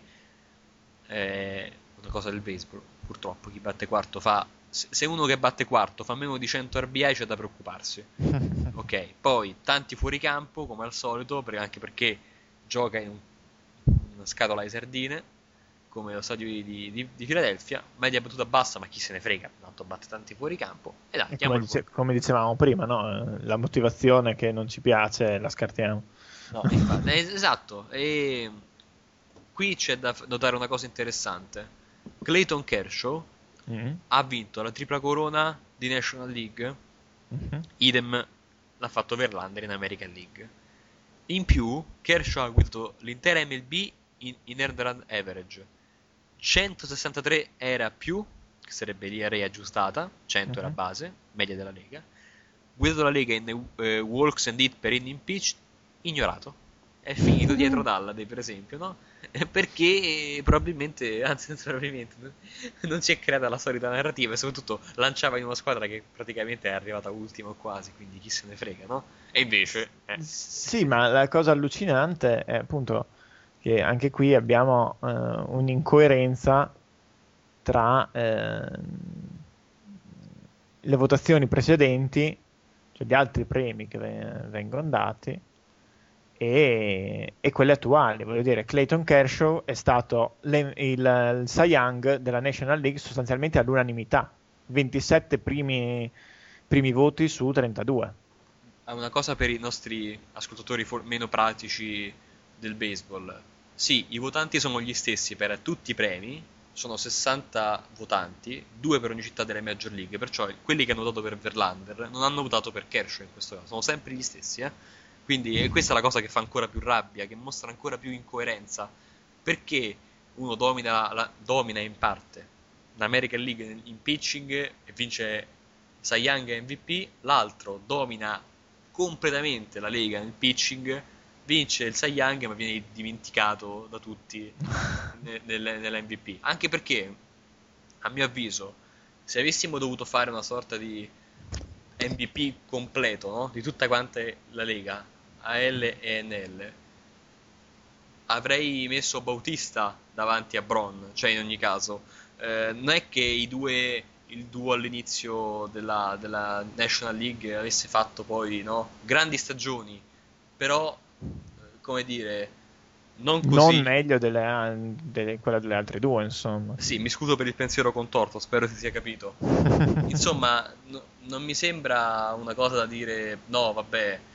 È una cosa del baseball, purtroppo chi batte quarto fa, se uno che batte quarto fa meno di 100 RBI c'è da preoccuparsi. Ok, poi tanti fuori campo come al solito, anche perché gioca in una scatola di sardine come lo stadio di Philadelphia. Media battuta bassa, ma chi se ne frega, tanto batte tanti fuori campo. E dai, come dicevamo prima, no? La motivazione che non ci piace la scartiamo. No, infatti, esatto. E qui c'è da notare una cosa interessante. Clayton Kershaw ha vinto la tripla corona di National League. Idem l'ha fatto Verlander in American League. In più Kershaw ha vinto l'intera MLB in earned run average. 163 era più, che sarebbe l'ERA aggiustata, 100 era base, media della Lega. Guidato la Lega in walks and hit per inning pitch, ignorato. È finito dietro Dalladey, per esempio, no? Perché probabilmente, anzi non probabilmente, non si è creata la solita narrativa, e soprattutto lanciava in una squadra che praticamente è arrivata ultima o quasi, quindi chi se ne frega, no? E invece... Sì, ma la cosa allucinante è appunto che anche qui abbiamo un'incoerenza tra le votazioni precedenti, cioè gli altri premi che vengono dati, e quelle attuali. Voglio dire, Clayton Kershaw è stato il Cy Young della National League sostanzialmente all'unanimità, 27 primi voti su 32. Una cosa per i nostri ascoltatori meno pratici del baseball: sì, i votanti sono gli stessi per tutti i premi, sono 60 votanti, 2 per ogni città delle Major League, perciò quelli che hanno votato per Verlander non hanno votato per Kershaw in questo caso, sono sempre gli stessi, Quindi questa è la cosa che fa ancora più rabbia, che mostra ancora più incoerenza, perché uno domina in parte l'American League in pitching e vince Cy Young e MVP, l'altro domina completamente la Lega nel pitching, vince il Cy Young ma viene dimenticato da tutti nella MVP. Anche perché, a mio avviso, se avessimo dovuto fare una sorta di MVP completo, no? Di tutta quanta la Lega, AL e NL, avrei messo Bautista davanti a Braun, cioè in ogni caso non è che il duo all'inizio della National League avesse fatto poi, no, grandi stagioni, però come dire, non così, non meglio quella delle altre due, insomma. Sì, mi scuso per il pensiero contorto, spero si sia capito. Insomma, non mi sembra una cosa da dire no, vabbè,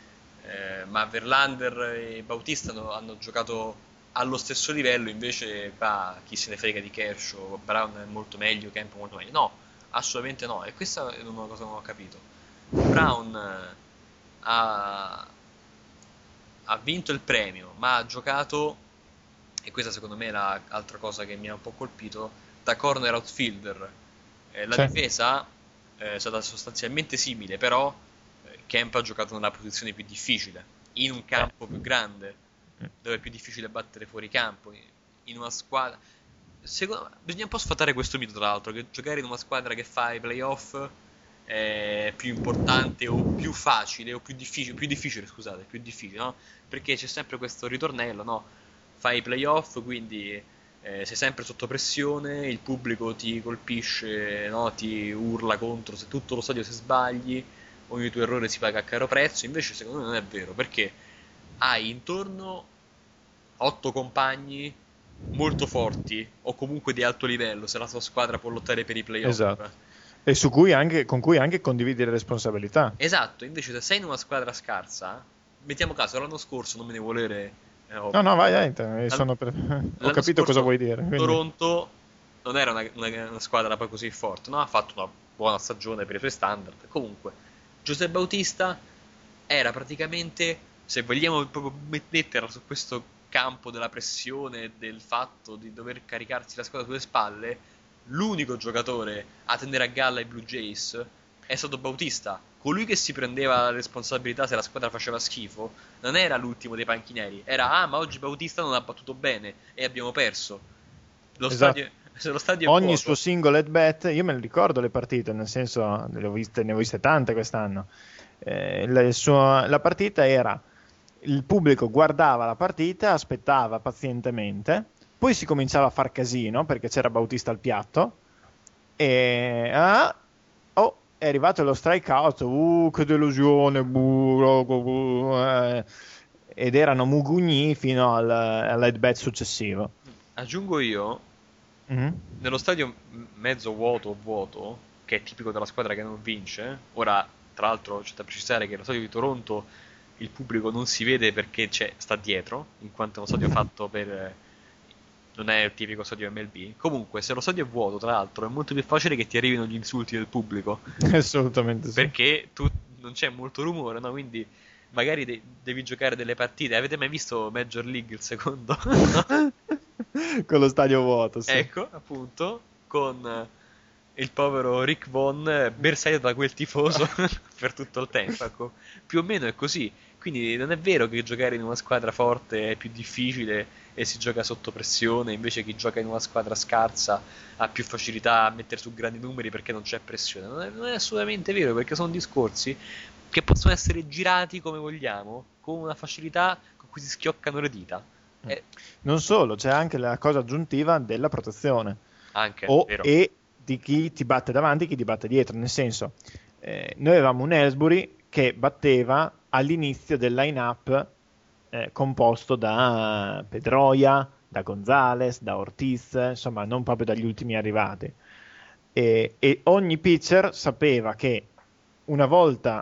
ma Verlander e Bautista hanno giocato allo stesso livello, invece qua chi se ne frega di Kershaw, Brown è molto meglio, Kemp molto meglio. No, assolutamente no, e questa è una cosa che non ho capito. Brown ha vinto il premio, ma ha giocato, e questa secondo me è l'altra cosa che mi ha un po' colpito, da corner outfielder. La Sì. difesa è stata sostanzialmente simile, però Kemp ha giocato nella posizione più difficile, in un campo più grande, dove è più difficile battere fuori campo, in una squadra. Bisogna un po' sfatare questo mito, tra l'altro, che giocare in una squadra che fa i playoff è più importante o più facile o più difficile, scusate, più difficile, no? Perché c'è sempre questo ritornello, no? Fai i playoff, quindi sei sempre sotto pressione, il pubblico ti colpisce, no? Ti urla contro se tutto lo stadio, se sbagli, ogni tuo errore si paga a caro prezzo. Invece secondo me non è vero, perché hai intorno 8 compagni molto forti o comunque di alto livello se la tua squadra può lottare per i playoff. Esatto. E con cui anche condividi le responsabilità. Esatto, invece se sei in una squadra scarsa, mettiamo caso l'anno scorso, non me ne volere. No, vai, ho capito scorso cosa vuoi dire. Quindi... Toronto non era una squadra poi così forte, no? Ha fatto una buona stagione per i suoi standard. Comunque, Giuseppe Bautista era praticamente, se vogliamo proprio metterla su questo campo della pressione, del fatto di dover caricarsi la squadra sulle spalle, l'unico giocatore a tenere a galla i Blue Jays è stato Bautista. Colui che si prendeva la responsabilità se la squadra faceva schifo non era l'ultimo dei panchineri, era ma oggi Bautista non ha battuto bene e abbiamo perso. Esatto. Se lo stadio è ogni vuoto, suo singolo at bat, io me ne ricordo le partite, nel senso ne ho viste tante quest'anno. La partita era, il pubblico guardava la partita, aspettava pazientemente, poi si cominciava a far casino perché c'era Bautista al piatto e è arrivato lo strikeout, che delusione, ed erano mugugni fino all'at bat successivo. aggiungo io, nello stadio mezzo vuoto o vuoto, che è tipico della squadra che non vince. Ora, tra l'altro, c'è da precisare che lo stadio di Toronto il pubblico non si vede perché sta dietro, in quanto è uno stadio fatto per... non è il tipico stadio MLB. Comunque, se lo stadio è vuoto, tra l'altro, è molto più facile che ti arrivino gli insulti del pubblico. Assolutamente sì. Perché non c'è molto rumore, no? Quindi magari devi giocare delle partite. Avete mai visto Major League il secondo? No? Con lo stadio vuoto, sì. Ecco, appunto, con il povero Rick Vaughn bersagliato da quel tifoso per tutto il tempo. Ecco, più o meno è così. Quindi non è vero che giocare in una squadra forte è più difficile e si gioca sotto pressione, invece chi gioca in una squadra scarsa ha più facilità a mettere su grandi numeri perché non c'è pressione. Non è assolutamente vero, perché sono discorsi che possono essere girati come vogliamo, con una facilità con cui si schioccano le dita. Non solo, c'è anche la cosa aggiuntiva della protezione. Anche, vero. E di chi ti batte davanti e chi ti batte dietro. Nel senso, noi avevamo un Ellsbury che batteva all'inizio del line-up composto da Pedroia, da Gonzalez, da Ortiz, insomma non proprio dagli ultimi arrivati. E ogni pitcher sapeva che una volta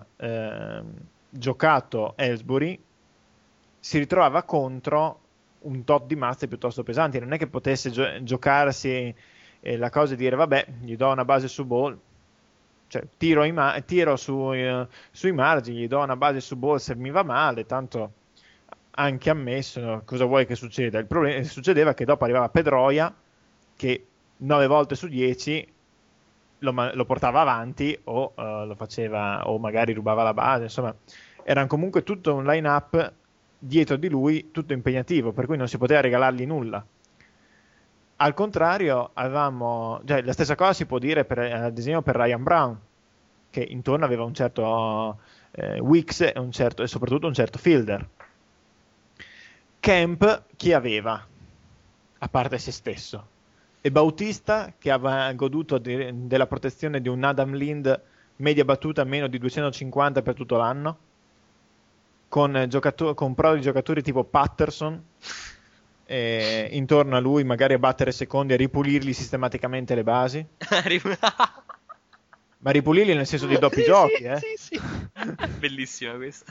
giocato Ellsbury si ritrovava contro un tot di mazze piuttosto pesanti, non è che potesse giocarsi la cosa e dire vabbè, gli do una base su ball, cioè tiro sui margini, gli do una base su ball se mi va male, tanto anche ammesso, no? Cosa vuoi che succeda? Il problema succedeva che dopo arrivava Pedroia che 9 volte su 10 lo portava avanti o lo faceva, o magari rubava la base, insomma era comunque tutto un line up dietro di lui, tutto impegnativo, per cui non si poteva regalargli nulla. Al contrario, avevamo la stessa cosa si può dire ad esempio per Ryan Brown, che intorno aveva un certo Wicks e soprattutto un certo fielder. Kemp chi aveva? A parte se stesso. E Bautista, che aveva goduto della protezione di un Adam Lind media battuta a meno di 250 per tutto l'anno, con pro di giocatori tipo Patterson intorno a lui, magari a battere secondi e ripulirgli sistematicamente le basi. Ma ripulirli nel senso di doppi giochi, Sì. Bellissima questa.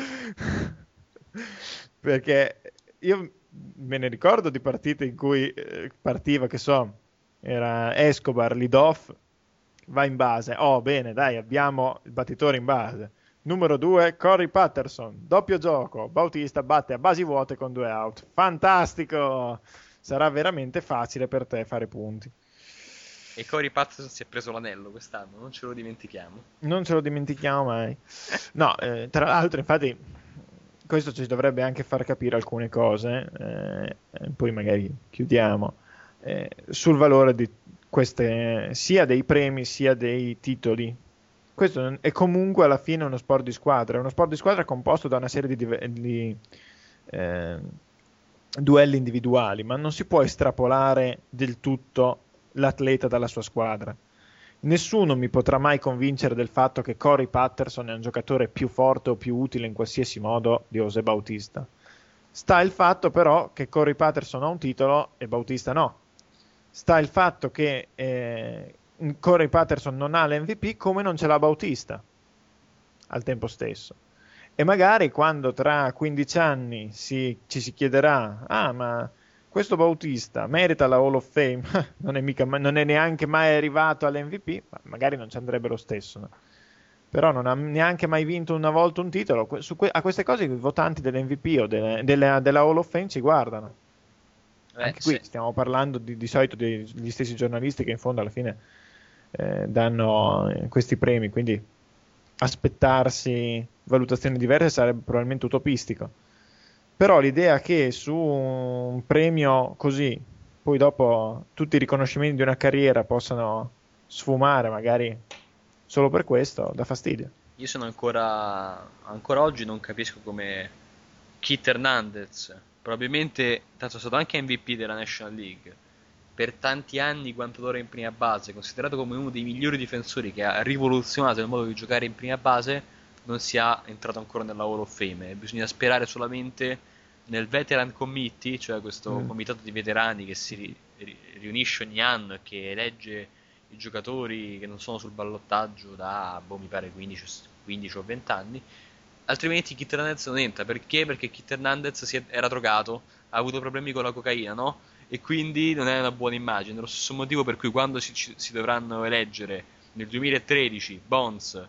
Perché io me ne ricordo di partite in cui partiva, che so, era Escobar, lead-off, va in base. Oh, bene, dai, abbiamo il battitore in base. Numero 2, Corey Patterson, doppio gioco, Bautista batte a basi vuote con 2 out. Fantastico! Sarà veramente facile per te fare punti. E Corey Patterson si è preso l'anello quest'anno, non ce lo dimentichiamo. Non ce lo dimentichiamo mai. No, tra l'altro, infatti, questo ci dovrebbe anche far capire alcune cose, poi magari chiudiamo, sul valore di queste, sia dei premi sia dei titoli. Questo è comunque alla fine uno sport di squadra, è uno sport di squadra composto da una serie di duelli individuali, ma non si può estrapolare del tutto l'atleta dalla sua squadra. Nessuno mi potrà mai convincere del fatto che Corey Patterson è un giocatore più forte o più utile in qualsiasi modo di José Bautista. Sta il fatto però che Corey Patterson ha un titolo e Bautista no. Sta il fatto che Corey Patterson non ha l'MVP come non ce l'ha Bautista al tempo stesso. E magari quando tra 15 anni ci si chiederà: ah, ma questo Bautista merita la Hall of Fame? non è neanche mai arrivato all'MVP, ma magari non ci andrebbe lo stesso, no? Però non ha neanche mai vinto una volta un titolo. A queste cose i votanti dell'MVP o della Hall of Fame ci guardano. Anche qui stiamo parlando di solito degli stessi giornalisti che in fondo alla fine danno questi premi, quindi aspettarsi valutazioni diverse sarebbe probabilmente utopistico. Però l'idea che su un premio così poi dopo tutti i riconoscimenti di una carriera possano sfumare magari solo per questo dà fastidio. Io sono ancora oggi non capisco come Keith Hernandez, probabilmente tanto è stato anche MVP della National League, per tanti anni guantatore in prima base, considerato come uno dei migliori difensori che ha rivoluzionato il modo di giocare in prima base, non sia entrato ancora nella Hall of Fame. Bisogna sperare solamente nel Veteran Committee, cioè questo comitato di veterani che si riunisce ogni anno e che elegge i giocatori che non sono sul ballottaggio da, mi pare 15 o 20 anni. Altrimenti Keith Hernandez non entra. Perché? Perché Keith Hernandez era drogato, ha avuto problemi con la cocaina, no? E quindi non è una buona immagine. Lo stesso motivo per cui quando si dovranno eleggere nel 2013 Bonds,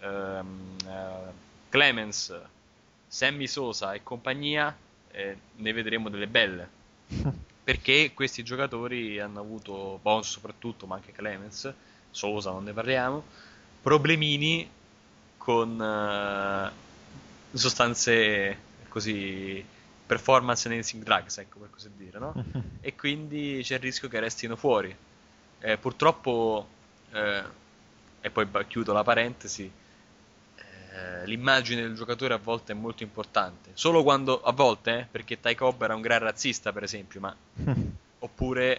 Clemens, Sammy Sosa e compagnia, ne vedremo delle belle. Perché questi giocatori hanno avuto, Bonds soprattutto, ma anche Clemens, Sosa non ne parliamo, problemini con sostanze così, performance enhancing drugs, ecco, per così dire, no? E quindi c'è il rischio che restino fuori. Purtroppo, e poi chiudo la parentesi, l'immagine del giocatore a volte è molto importante. Solo quando, a volte, perché Ty Cobb era un gran razzista, per esempio, ma oppure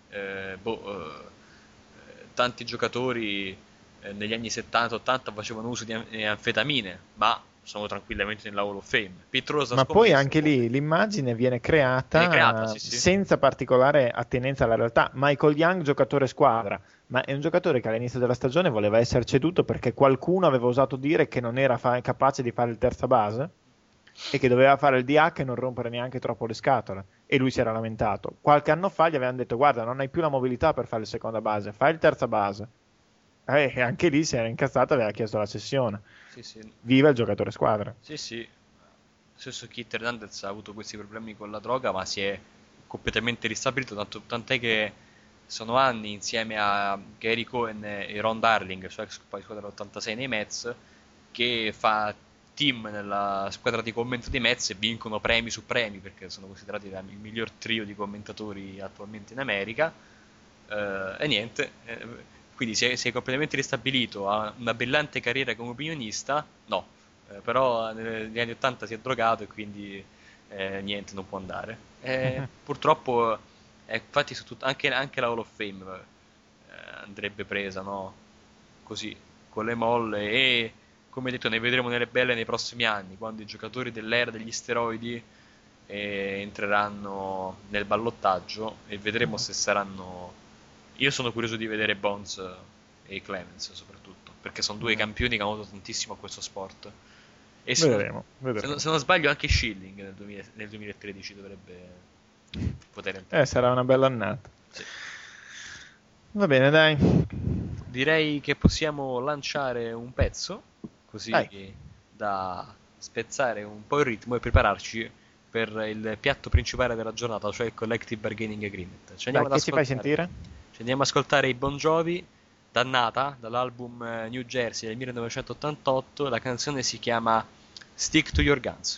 tanti giocatori negli anni 70-80 facevano uso di anfetamine, ma sono tranquillamente nella Hall of Fame. Pete Rose ma poi anche lì l'immagine viene creata, sì. senza particolare attenenza alla realtà. Michael Young, giocatore squadra, ma è un giocatore che all'inizio della stagione voleva essere ceduto perché qualcuno aveva osato dire che non era capace di fare il terza base e che doveva fare il DH e non rompere neanche troppo le scatole, e lui si era lamentato. Qualche anno fa gli avevano detto: guarda, non hai più la mobilità per fare il seconda base, fai il terza base. E anche lì si era incazzato e aveva chiesto la cessione. Sì. Viva il giocatore squadra. Sì. Stesso Keith Hernandez ha avuto questi problemi con la droga, ma si è completamente ristabilito, tant'è che sono anni insieme a Gary Cohen e Ron Darling, cioè squadra dell'86 nei Mets, che fa team nella squadra di commento dei Mets e vincono premi su premi perché sono considerati il miglior trio di commentatori attualmente in America. E niente, quindi si è completamente ristabilito, ha una brillante carriera come opinionista, no, però negli anni 80 si è drogato e quindi niente, non può andare. Purtroppo, infatti anche la Hall of Fame andrebbe presa, no? Così, con le molle, e come detto ne vedremo nelle belle nei prossimi anni, quando i giocatori dell'era degli steroidi entreranno nel ballottaggio e vedremo se saranno... Io sono curioso di vedere Bonds e Clemens soprattutto. perché sono due campioni che hanno avuto tantissimo a questo sport. E Vedremo. se non sbaglio anche Schilling nel 2013 dovrebbe poter entrare. Sarà una bella annata. Sì. Va bene, dai. Direi che possiamo lanciare un pezzo, così da spezzare un po' il ritmo e prepararci per il piatto principale della giornata, cioè il Collective Bargaining Agreement. Che ci fai sentire? Ci andiamo ad ascoltare i Bon Jovi, Dannata, dall'album New Jersey del 1988. La canzone si chiama Stick to Your Guns.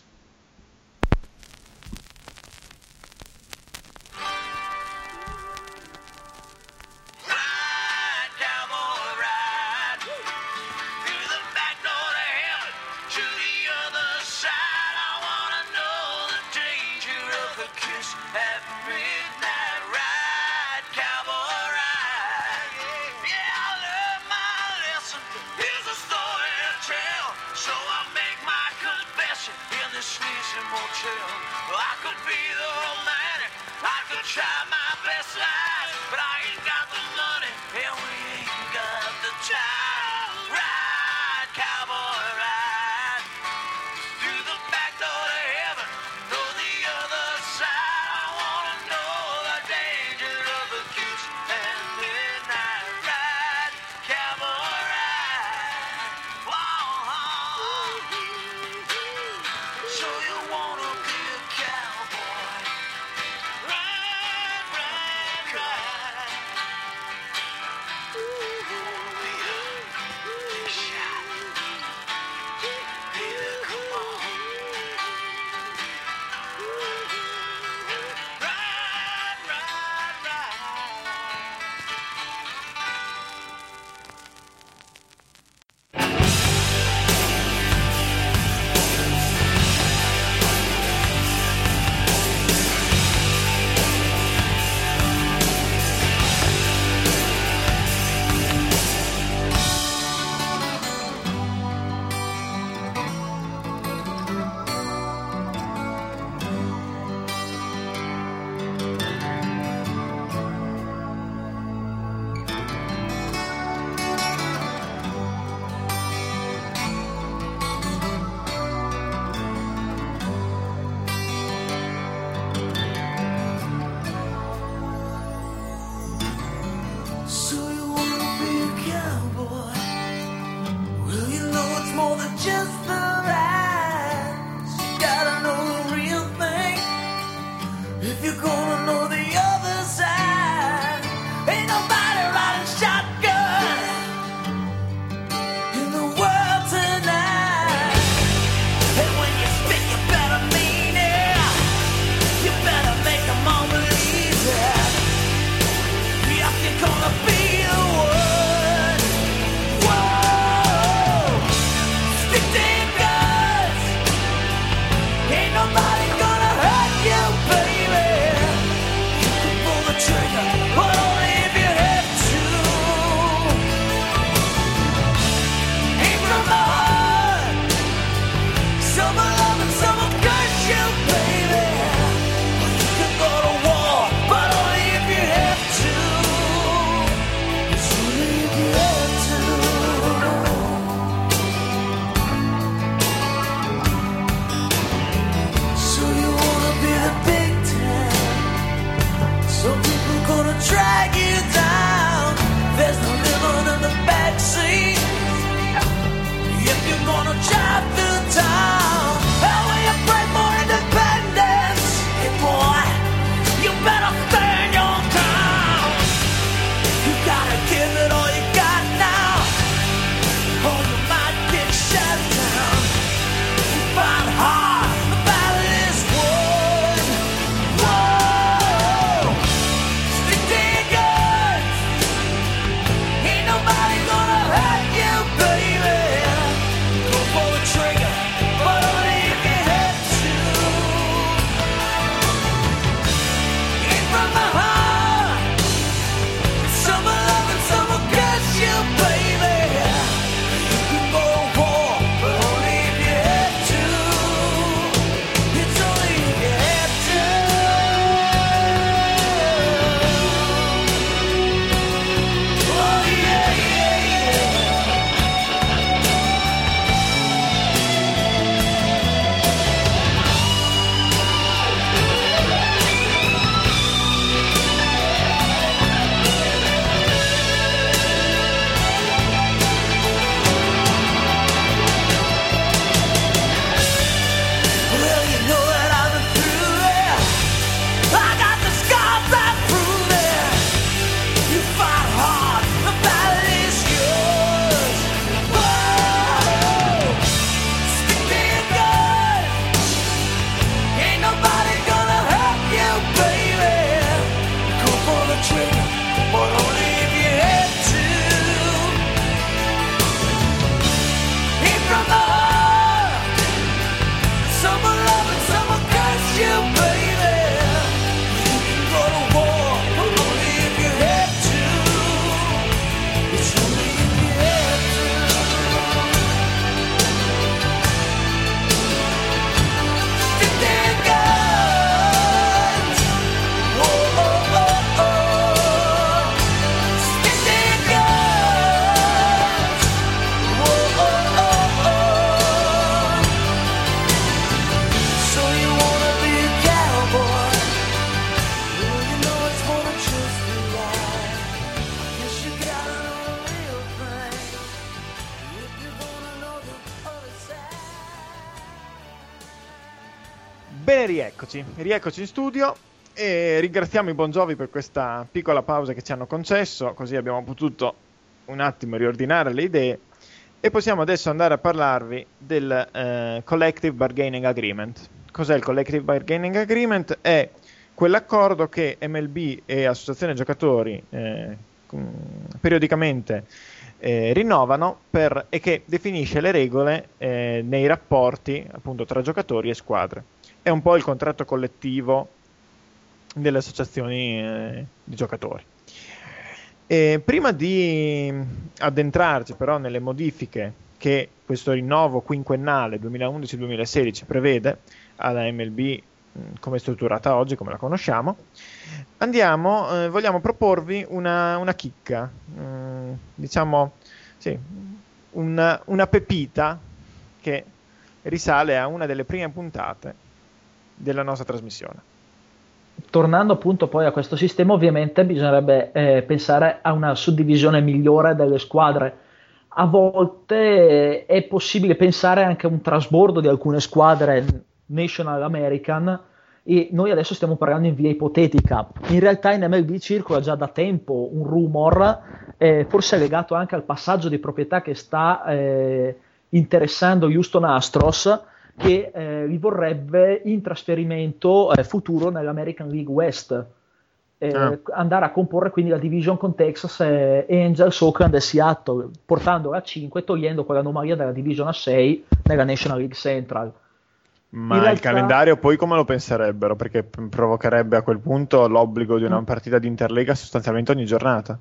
rieccoci in studio e ringraziamo i Bon Jovi per questa piccola pausa che ci hanno concesso, così abbiamo potuto un attimo riordinare le idee e possiamo adesso andare a parlarvi del Collective Bargaining Agreement. Cos'è il Collective Bargaining Agreement? È quell'accordo che MLB e associazione giocatori periodicamente rinnovano e che definisce le regole nei rapporti appunto tra giocatori e squadre. È un po' il contratto collettivo delle associazioni di giocatori. Prima di addentrarci però nelle modifiche che questo rinnovo quinquennale 2011-2016 prevede alla MLB come è strutturata oggi, come la conosciamo, vogliamo proporvi una chicca, diciamo, sì, una pepita che risale a una delle prime puntate della nostra trasmissione. Tornando appunto poi a questo sistema, ovviamente bisognerebbe pensare a una suddivisione migliore delle squadre. A volte è possibile pensare anche a un trasbordo di alcune squadre National American, e noi adesso stiamo parlando in via ipotetica. In realtà in MLB circola già da tempo un rumor, forse legato anche al passaggio di proprietà che sta interessando Houston Astros, che li vorrebbe in trasferimento futuro nell'American League West, andare a comporre quindi la division con Texas, Angels, Oakland e Seattle, portandola a 5, togliendo quell'anomalia della division a 6 nella National League Central. Ma il calendario poi come lo penserebbero? Perché provocherebbe a quel punto l'obbligo di una partita di Interlega sostanzialmente ogni giornata.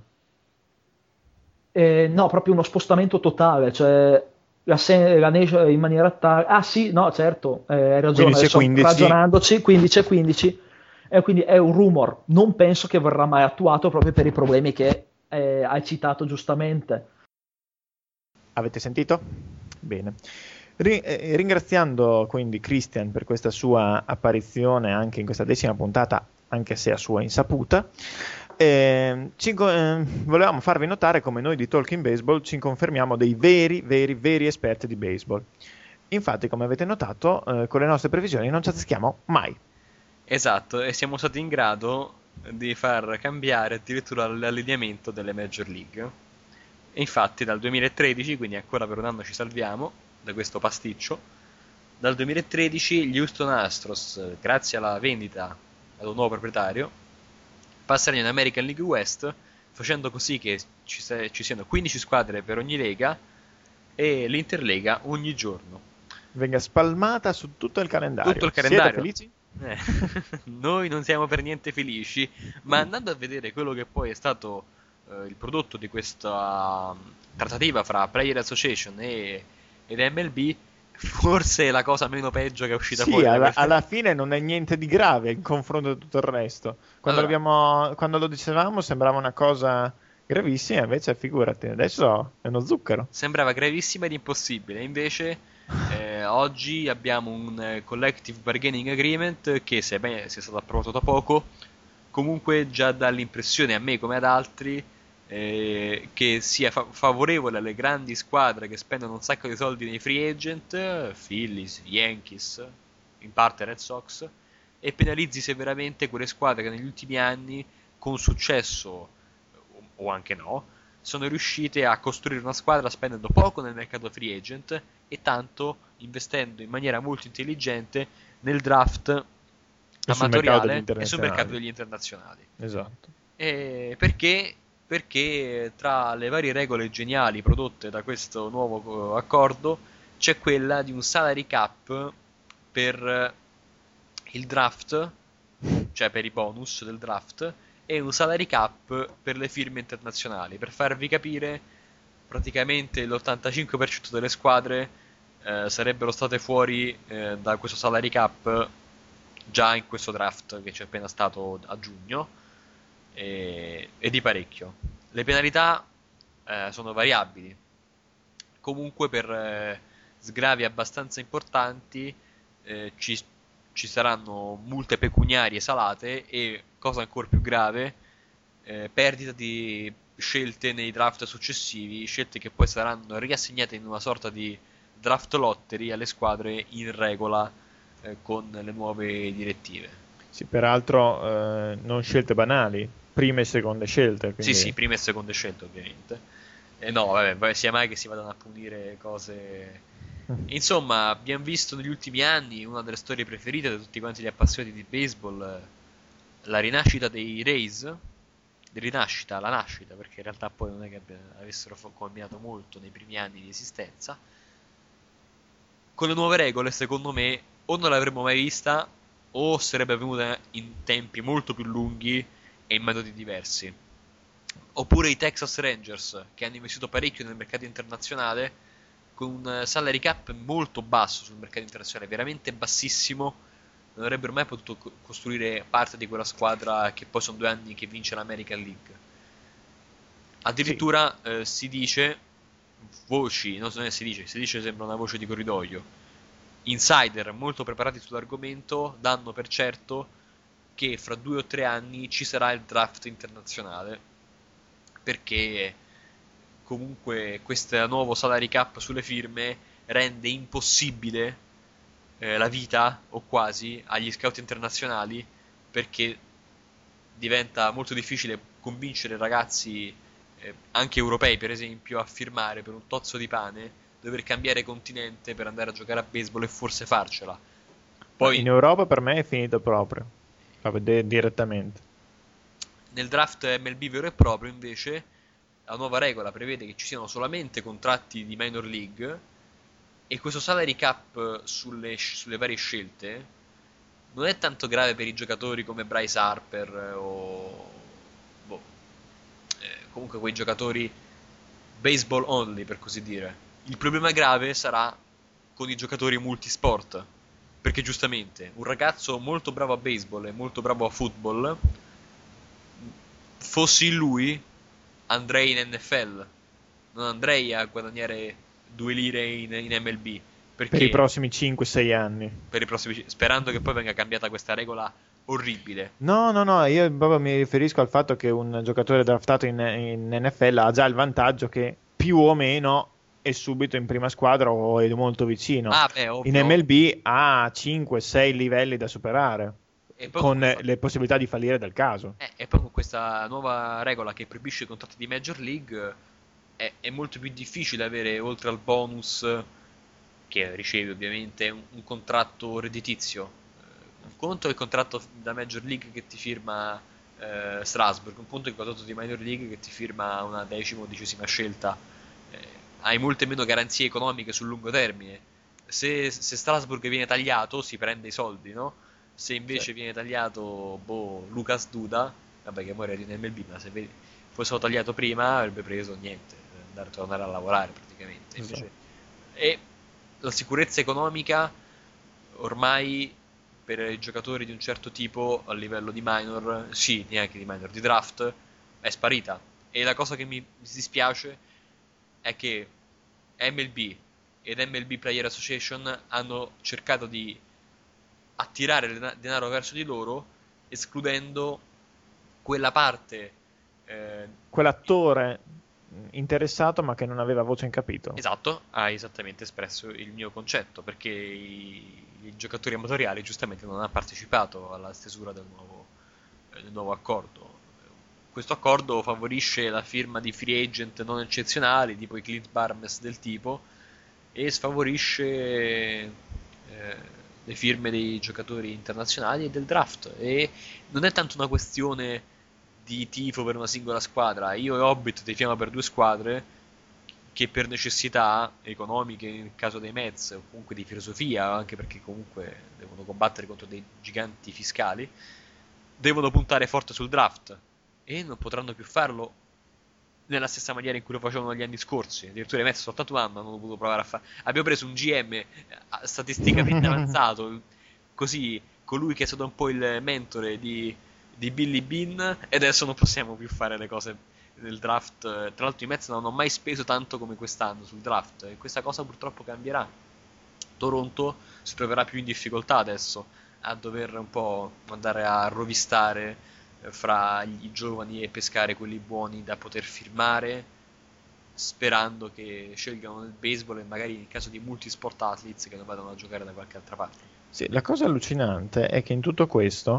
No, proprio uno spostamento totale, cioè la National in maniera tale... Ah sì, no, certo, hai ragione, 15-15. Ragionandoci, 15-15, quindi è un rumor, non penso che verrà mai attuato proprio per i problemi che hai citato giustamente. Avete sentito? Bene. Ringraziando quindi Christian per questa sua apparizione anche in questa 10ª puntata, anche se a sua insaputa, volevamo farvi notare come noi di Talking Baseball ci confermiamo dei veri esperti di baseball. Infatti, come avete notato, con le nostre previsioni non ci azzecchiamo mai. Esatto, e siamo stati in grado di far cambiare addirittura l'allineamento delle Major League. E infatti dal 2013, quindi ancora per un anno ci salviamo da questo pasticcio, dal 2013 gli Houston Astros, grazie alla vendita ad un nuovo proprietario, passeranno in American League West, facendo così che ci siano 15 squadre per ogni lega e l'Interlega ogni giorno. Venga spalmata su tutto il calendario. Tutto il calendario. Siete felici? Noi non siamo per niente felici, ma andando a vedere quello che poi è stato il prodotto di questa trattativa fra Player Association ed MLB, forse è la cosa meno peggio che è uscita fuori. Alla fine non è niente di grave in confronto a tutto il resto. Quando lo dicevamo sembrava una cosa gravissima, invece figurati, adesso è uno zucchero. Sembrava gravissima ed impossibile, invece oggi abbiamo un Collective Bargaining Agreement che, sebbene sia stato approvato da poco, comunque già dà l'impressione a me come ad altri che sia favorevole alle grandi squadre che spendono un sacco di soldi nei free agent, Phillies, Yankees, in parte Red Sox, e penalizzi severamente quelle squadre che negli ultimi anni, con successo o anche no, sono riuscite a costruire una squadra spendendo poco nel mercato free agent e tanto investendo in maniera molto intelligente nel draft amatoriale e sul mercato degli internazionali. Esatto. Perché tra le varie regole geniali prodotte da questo nuovo accordo c'è quella di un salary cap per il draft, cioè per i bonus del draft, e un salary cap per le firme internazionali. Per farvi capire, praticamente l'85% delle squadre sarebbero state fuori da questo salary cap già in questo draft che c'è appena stato a giugno, e di parecchio. Le penalità sono variabili, comunque per sgravi abbastanza importanti ci saranno multe pecuniarie salate e, cosa ancora più grave, perdita di scelte nei draft successivi, scelte che poi saranno riassegnate in una sorta di draft lottery alle squadre in regola con le nuove direttive. Sì, peraltro non scelte banali, prime e seconde scelte. Quindi... Sì, prime e seconde scelte ovviamente. No, vabbè, sia mai che si vadano a punire cose... Insomma, abbiamo visto negli ultimi anni una delle storie preferite di tutti quanti gli appassionati di baseball, la rinascita dei Rays, la nascita, perché in realtà poi non è che avessero combinato molto nei primi anni di esistenza. Con le nuove regole, secondo me, o non l'avremmo mai vista, o sarebbe avvenuta in tempi molto più lunghi e in metodi diversi. Oppure i Texas Rangers, che hanno investito parecchio nel mercato internazionale, con un salary cap molto basso sul mercato internazionale, veramente bassissimo, non avrebbero mai potuto costruire parte di quella squadra che poi sono 2 anni che vince l'American League. Addirittura si dice, voci, non si dice sembra una voce di corridoio, insider molto preparati sull'argomento danno per certo che fra 2 o 3 anni ci sarà il draft internazionale, perché comunque questo nuovo salary cap sulle firme rende impossibile la vita, o quasi, agli scout internazionali, perché diventa molto difficile convincere ragazzi anche europei per esempio a firmare per un tozzo di pane, dover cambiare continente per andare a giocare a baseball e forse farcela. Poi in Europa per me è finito proprio direttamente. Nel draft MLB vero e proprio invece la nuova regola prevede che ci siano solamente contratti di minor league, e questo salary cap sulle varie scelte non è tanto grave per i giocatori come Bryce Harper o comunque quei giocatori baseball only, per così dire. Il problema grave sarà con i giocatori multisport, perché giustamente un ragazzo molto bravo a baseball e molto bravo a football, fossi lui andrei in NFL, non andrei a guadagnare 2 lire in MLB, perché per i prossimi 5-6 anni, sperando che poi venga cambiata questa regola orribile. No, io proprio mi riferisco al fatto che un giocatore draftato in NFL ha già il vantaggio che più o meno è subito in prima squadra o è molto vicino. In MLB ha 5-6 livelli da superare, con le possibilità di fallire del caso. E poi con questa nuova regola che proibisce i contratti di Major League è molto più difficile avere, oltre al bonus che ricevi ovviamente, un contratto redditizio. Un conto è il contratto da Major League che ti firma Strasburg, un punto è il contratto di Minor League che ti firma una 10ª o 12ª scelta. Hai molte meno garanzie economiche sul lungo termine. Se Strasburg viene tagliato si prende i soldi, no? Se invece viene tagliato Lucas Duda, vabbè, che ora era in MLB, ma se fosse stato tagliato prima avrebbe preso niente, tornare a lavorare praticamente. Invece, e la sicurezza economica ormai per i giocatori di un certo tipo a livello di minor, sì, neanche di minor, di draft, è sparita. E la cosa che mi dispiace è che MLB ed MLB Player Association hanno cercato di attirare denaro verso di loro, escludendo quella parte, quell'attore interessato ma che non aveva voce in capitolo. Esatto, hai esattamente espresso il mio concetto, perché i giocatori amatoriali giustamente non hanno partecipato alla stesura del nuovo accordo. Questo accordo favorisce la firma di free agent non eccezionali, tipo i Clint Barnes del tipo, e sfavorisce le firme dei giocatori internazionali e del draft. E non è tanto una questione di tifo per una singola squadra. Io e Hobbit tifiamo per 2 squadre che per necessità economiche nel caso dei Mets, o comunque di filosofia, anche perché comunque devono combattere contro dei giganti fiscali, devono puntare forte sul draft e non potranno più farlo nella stessa maniera in cui lo facevano negli anni scorsi. Addirittura i Mets soltanto un anno hanno dovuto provare a fare. Abbiamo preso un GM statisticamente avanzato, così colui che è stato un po' il mentore di Billy Bean, e adesso non possiamo più fare le cose nel draft. Tra l'altro i Mets non hanno mai speso tanto come quest'anno sul draft, e questa cosa purtroppo cambierà. Toronto si troverà più in difficoltà adesso a dover un po' andare a rovistare fra i giovani e pescare quelli buoni da poter firmare, sperando che scelgano nel baseball e magari in caso di multisport athletes che non vadano a giocare da qualche altra parte. Sì, la cosa allucinante è che in tutto questo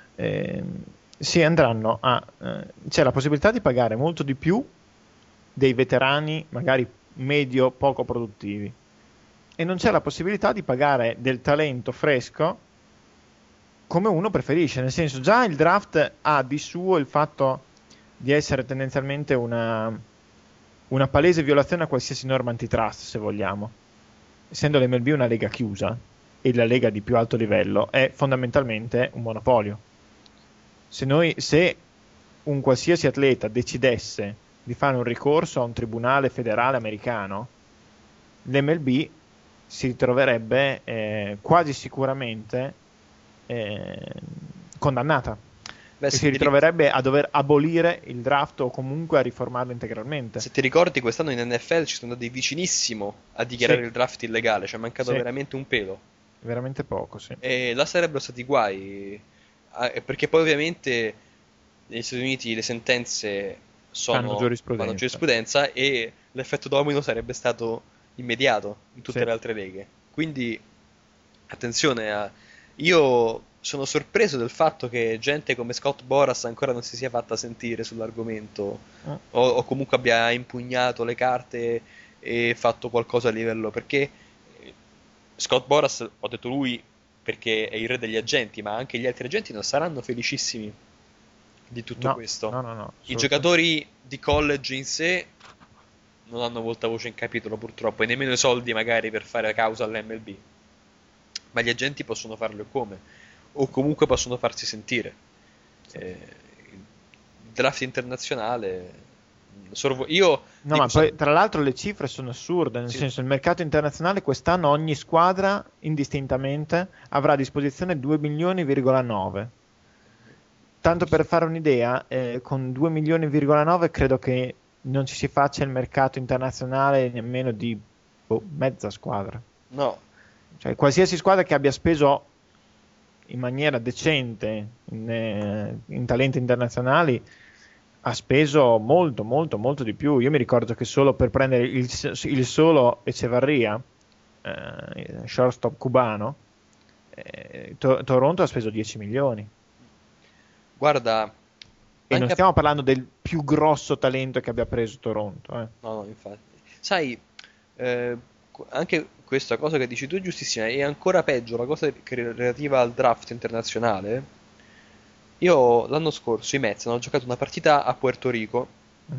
si andranno c'è la possibilità di pagare molto di più dei veterani magari medio poco produttivi, e non c'è la possibilità di pagare del talento fresco come uno preferisce. Nel senso, già il draft ha di suo il fatto di essere tendenzialmente una palese violazione a qualsiasi norma antitrust, se vogliamo, essendo l'MLB una lega chiusa e la lega di più alto livello è fondamentalmente un monopolio. Se un qualsiasi atleta decidesse di fare un ricorso a un tribunale federale americano, l'MLB si ritroverebbe quasi sicuramente condannata. Beh, e si ritroverebbe a dover abolire il draft o comunque a riformarlo integralmente. Se ti ricordi, quest'anno in NFL ci sono andati vicinissimo a dichiarare il draft illegale, cioè è mancato veramente un pelo. Veramente poco, sì. E là sarebbero stati guai, perché poi ovviamente negli Stati Uniti le sentenze fanno giurisprudenza e l'effetto domino sarebbe stato immediato in tutte le altre leghe. Quindi attenzione io sono sorpreso del fatto che gente come Scott Boras ancora non si sia fatta sentire sull'argomento o comunque abbia impugnato le carte e fatto qualcosa a livello, perché Scott Boras, ho detto lui perché è il re degli agenti, ma anche gli altri agenti non saranno felicissimi di tutto questo. No, I giocatori di college in sé non hanno molta voce in capitolo purtroppo, e nemmeno i soldi magari per fare causa all'MLB, ma gli agenti possono farlo come, o comunque possono farsi sentire. Il draft internazionale ma poi tra l'altro le cifre sono assurde, nel senso, il mercato internazionale quest'anno ogni squadra indistintamente avrà a disposizione 2,9 milioni. Tanto per fare un'idea, con 2,9 milioni credo che non ci si faccia il mercato internazionale nemmeno di mezza squadra. No. Cioè, qualsiasi squadra che abbia speso in maniera decente in talenti internazionali ha speso molto, molto, molto di più. Io mi ricordo che solo per prendere il solo Echevarria, shortstop cubano, Toronto ha speso 10 milioni. Guarda, e non stiamo parlando del più grosso talento che abbia preso Toronto. No, infatti. Sai, anche questa cosa che dici tu è giustissima, e ancora peggio la cosa relativa al draft internazionale. Io l'anno scorso i Mets hanno giocato una partita a Puerto Rico,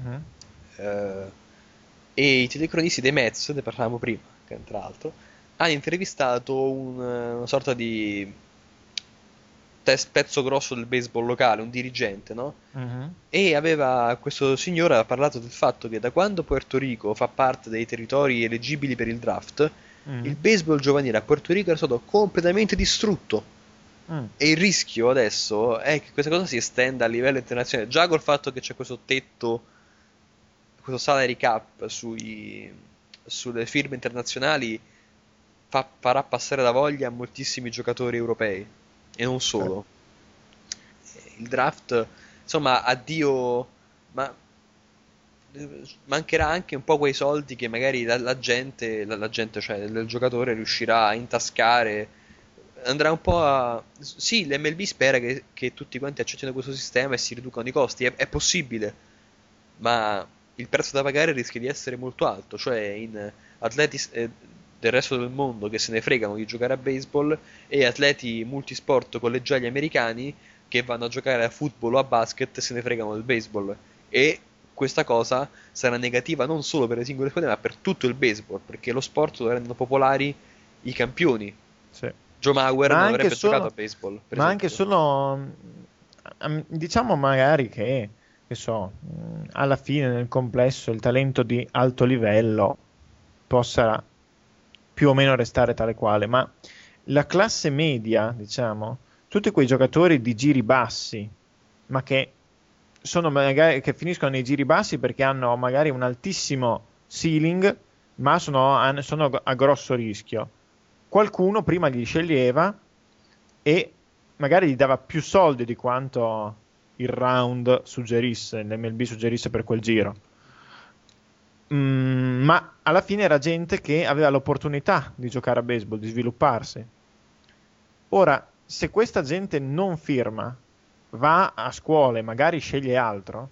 e i telecronisti dei Mets, ne parlavamo prima, che tra l'altro, hanno intervistato una sorta di pezzo grosso del baseball locale, un dirigente, no? E questo signore ha parlato del fatto che da quando Puerto Rico fa parte dei territori eleggibili per il draft, il baseball giovanile a Puerto Rico è stato completamente distrutto. E il rischio adesso è che questa cosa si estenda a livello internazionale, già col fatto che c'è questo tetto, questo salary cap sulle firme internazionali, farà passare la voglia a moltissimi giocatori europei e non solo. Il draft, insomma, addio, ma mancherà anche un po' quei soldi che magari la gente, cioè il giocatore, riuscirà a intascare. Andrà un po' sì, l'MLB spera che tutti quanti accettino questo sistema e si riducano i costi, è possibile, ma il prezzo da pagare rischia di essere molto alto, cioè in atleti del resto del mondo che se ne fregano di giocare a baseball e atleti multisport collegiali americani che vanno a giocare a football o a basket e se ne fregano del baseball, e questa cosa sarà negativa non solo per le singole squadre ma per tutto il baseball, perché lo sport lo rendono popolari i campioni. Joe Mauer non avrebbe giocato a baseball, per esempio. Anche solo, diciamo magari che alla fine nel complesso il talento di alto livello possa più o meno restare tale quale, ma la classe media, diciamo, tutti quei giocatori di giri bassi, ma che sono magari che finiscono nei giri bassi perché hanno magari un altissimo ceiling, ma sono a grosso rischio. Qualcuno prima gli sceglieva e magari gli dava più soldi di quanto il round suggerisse, l'MLB suggerisse per quel giro. Ma alla fine era gente che aveva l'opportunità di giocare a baseball, di svilupparsi. Ora, se questa gente non firma, va a scuola e magari sceglie altro,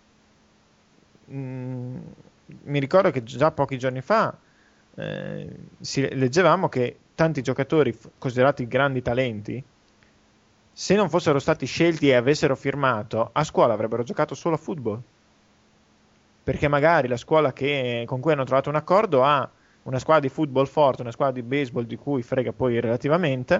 mi ricordo che già pochi giorni fa leggevamo che tanti giocatori considerati grandi talenti, se non fossero stati scelti e avessero firmato, a scuola avrebbero giocato solo a football, perché magari la scuola con cui hanno trovato un accordo ha una squadra di football forte, una squadra di baseball di cui frega poi relativamente,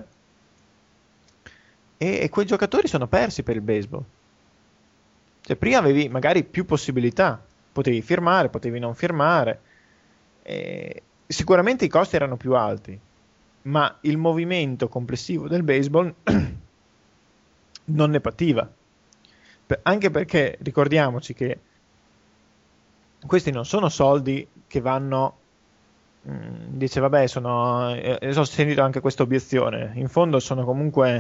e quei giocatori sono persi per il baseball. Cioè, prima avevi magari più possibilità, potevi firmare, potevi non firmare, sicuramente i costi erano più alti, ma il movimento complessivo del baseball non ne pativa, anche perché ricordiamoci che questi non sono soldi che vanno, dice vabbè, ho sentito anche questa obiezione, in fondo sono comunque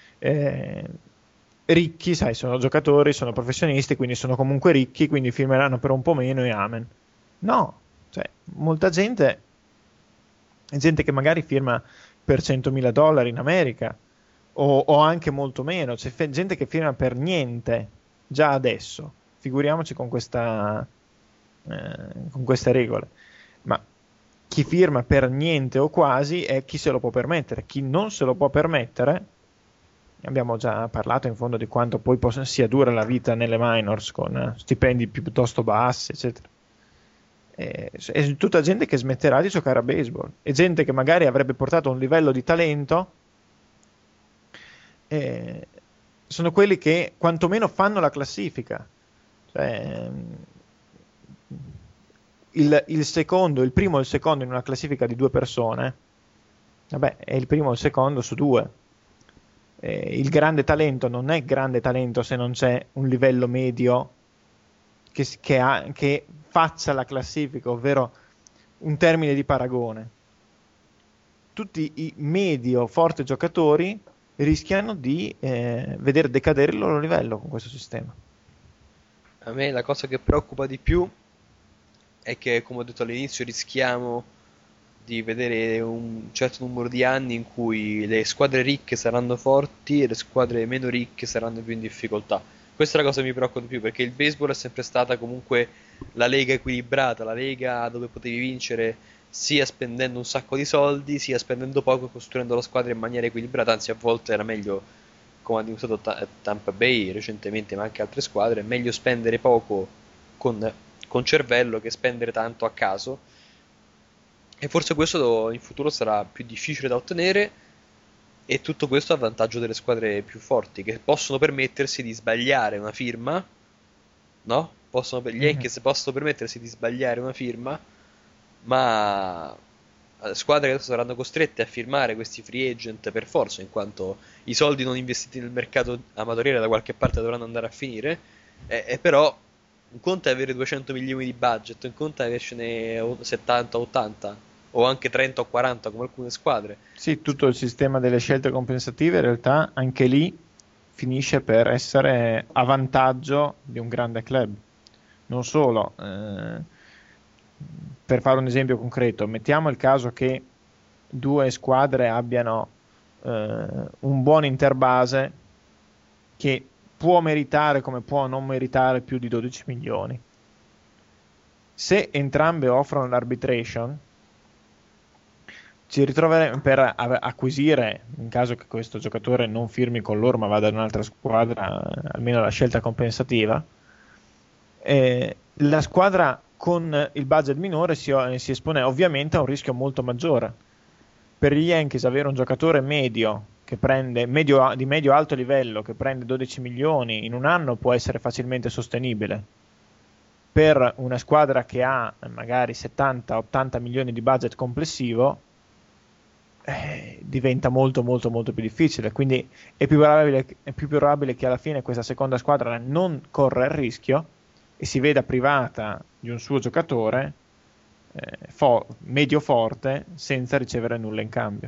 ricchi, sai, sono giocatori, sono professionisti, quindi sono comunque ricchi, quindi firmeranno per un po' meno e amen. No, cioè, molta gente che magari firma per $100.000 in America, o anche molto meno, c'è gente che firma per niente già adesso, figuriamoci con queste regole. Ma chi firma per niente o quasi è chi se lo può permettere. Chi non se lo può permettere, abbiamo già parlato in fondo di quanto poi sia dura la vita nelle minors con stipendi piuttosto bassi, eccetera. È tutta gente che smetterà di giocare a baseball, è gente che magari avrebbe portato un livello di talento, sono quelli che quantomeno fanno la classifica, cioè, il primo e il secondo in una classifica di 2 persone, vabbè, è il primo e il secondo su 2. Il grande talento non è grande talento se non c'è un livello medio che faccia la classifica, ovvero un termine di paragone. Tutti i medio forti giocatori rischiano di vedere decadere il loro livello con questo sistema. A me la cosa che preoccupa di più è che, come ho detto all'inizio, rischiamo di vedere un certo numero di anni in cui le squadre ricche saranno forti e le squadre meno ricche saranno più in difficoltà. Questa è la cosa che mi preoccupa di più, perché il baseball è sempre stata comunque la lega equilibrata, la lega dove potevi vincere sia spendendo un sacco di soldi, sia spendendo poco e costruendo la squadra in maniera equilibrata, anzi a volte era meglio, come ha dimostrato Tampa Bay recentemente, ma anche altre squadre, è meglio spendere poco con cervello che spendere tanto a caso. E forse questo in futuro sarà più difficile da ottenere, e tutto questo a vantaggio delle squadre più forti, che possono permettersi di sbagliare una firma, no? Gli Yankees possono permettersi di sbagliare una firma, ma squadre che adesso saranno costrette a firmare questi free agent per forza, in quanto i soldi non investiti nel mercato amatoriale da qualche parte dovranno andare a finire, e però un conto è avere 200 milioni di budget, un conto è avercene 70, 80 o anche 30 o 40 come alcune squadre. Sì, tutto il sistema delle scelte compensative in realtà anche lì finisce per essere a vantaggio di un grande club. Non solo, per fare un esempio concreto, mettiamo il caso che 2 squadre abbiano un buon interbase che può meritare come può non meritare più di 12 milioni. Se entrambe offrono l'arbitration, ci ritroveremo per acquisire, in caso che questo giocatore non firmi con loro ma vada ad un'altra squadra, almeno la scelta compensativa, la squadra con il budget minore si espone ovviamente a un rischio molto maggiore. Per gli Yankees avere un giocatore medio che prende di medio-alto livello, che prende 12 milioni in un anno, può essere facilmente sostenibile. Per una squadra che ha magari 70-80 milioni di budget complessivo, diventa molto molto molto più difficile, quindi è più probabile che alla fine questa seconda squadra non corra il rischio e si veda privata di un suo giocatore medio forte senza ricevere nulla in cambio.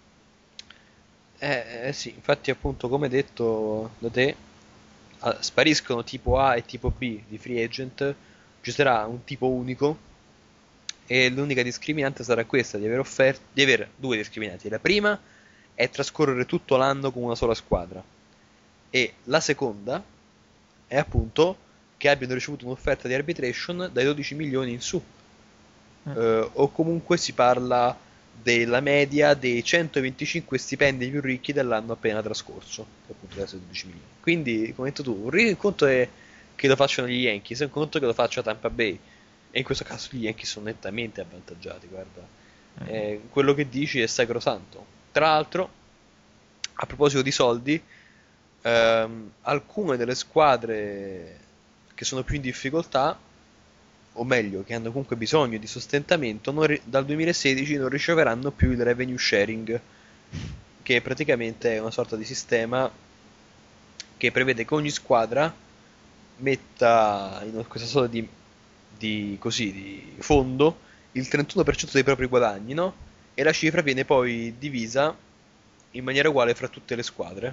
Sì, infatti appunto come detto da te, spariscono tipo A e tipo B di free agent, ci sarà un tipo unico e l'unica discriminante sarà questa, di aver 2 discriminanti. La prima è trascorrere tutto l'anno con una sola squadra. E la seconda è appunto che abbiano ricevuto un'offerta di arbitration dai 12 milioni in su. O comunque si parla della media dei 125 stipendi più ricchi dell'anno appena trascorso, che appunto adesso è 12 milioni. Quindi, come hai detto tu, un conto è che lo facciano gli Yankees, un conto che lo faccia Tampa Bay. E in questo caso gli Yankees sono nettamente avvantaggiati, guarda. Quello che dici è sacrosanto. Tra l'altro, a proposito di soldi, alcune delle squadre che sono più in difficoltà, o meglio, che hanno comunque bisogno di sostentamento, dal 2016 non riceveranno più il revenue sharing, che praticamente è una sorta di sistema che prevede che ogni squadra metta in questa sorta di fondo il 31% dei propri guadagni, no? E la cifra viene poi divisa in maniera uguale fra tutte le squadre.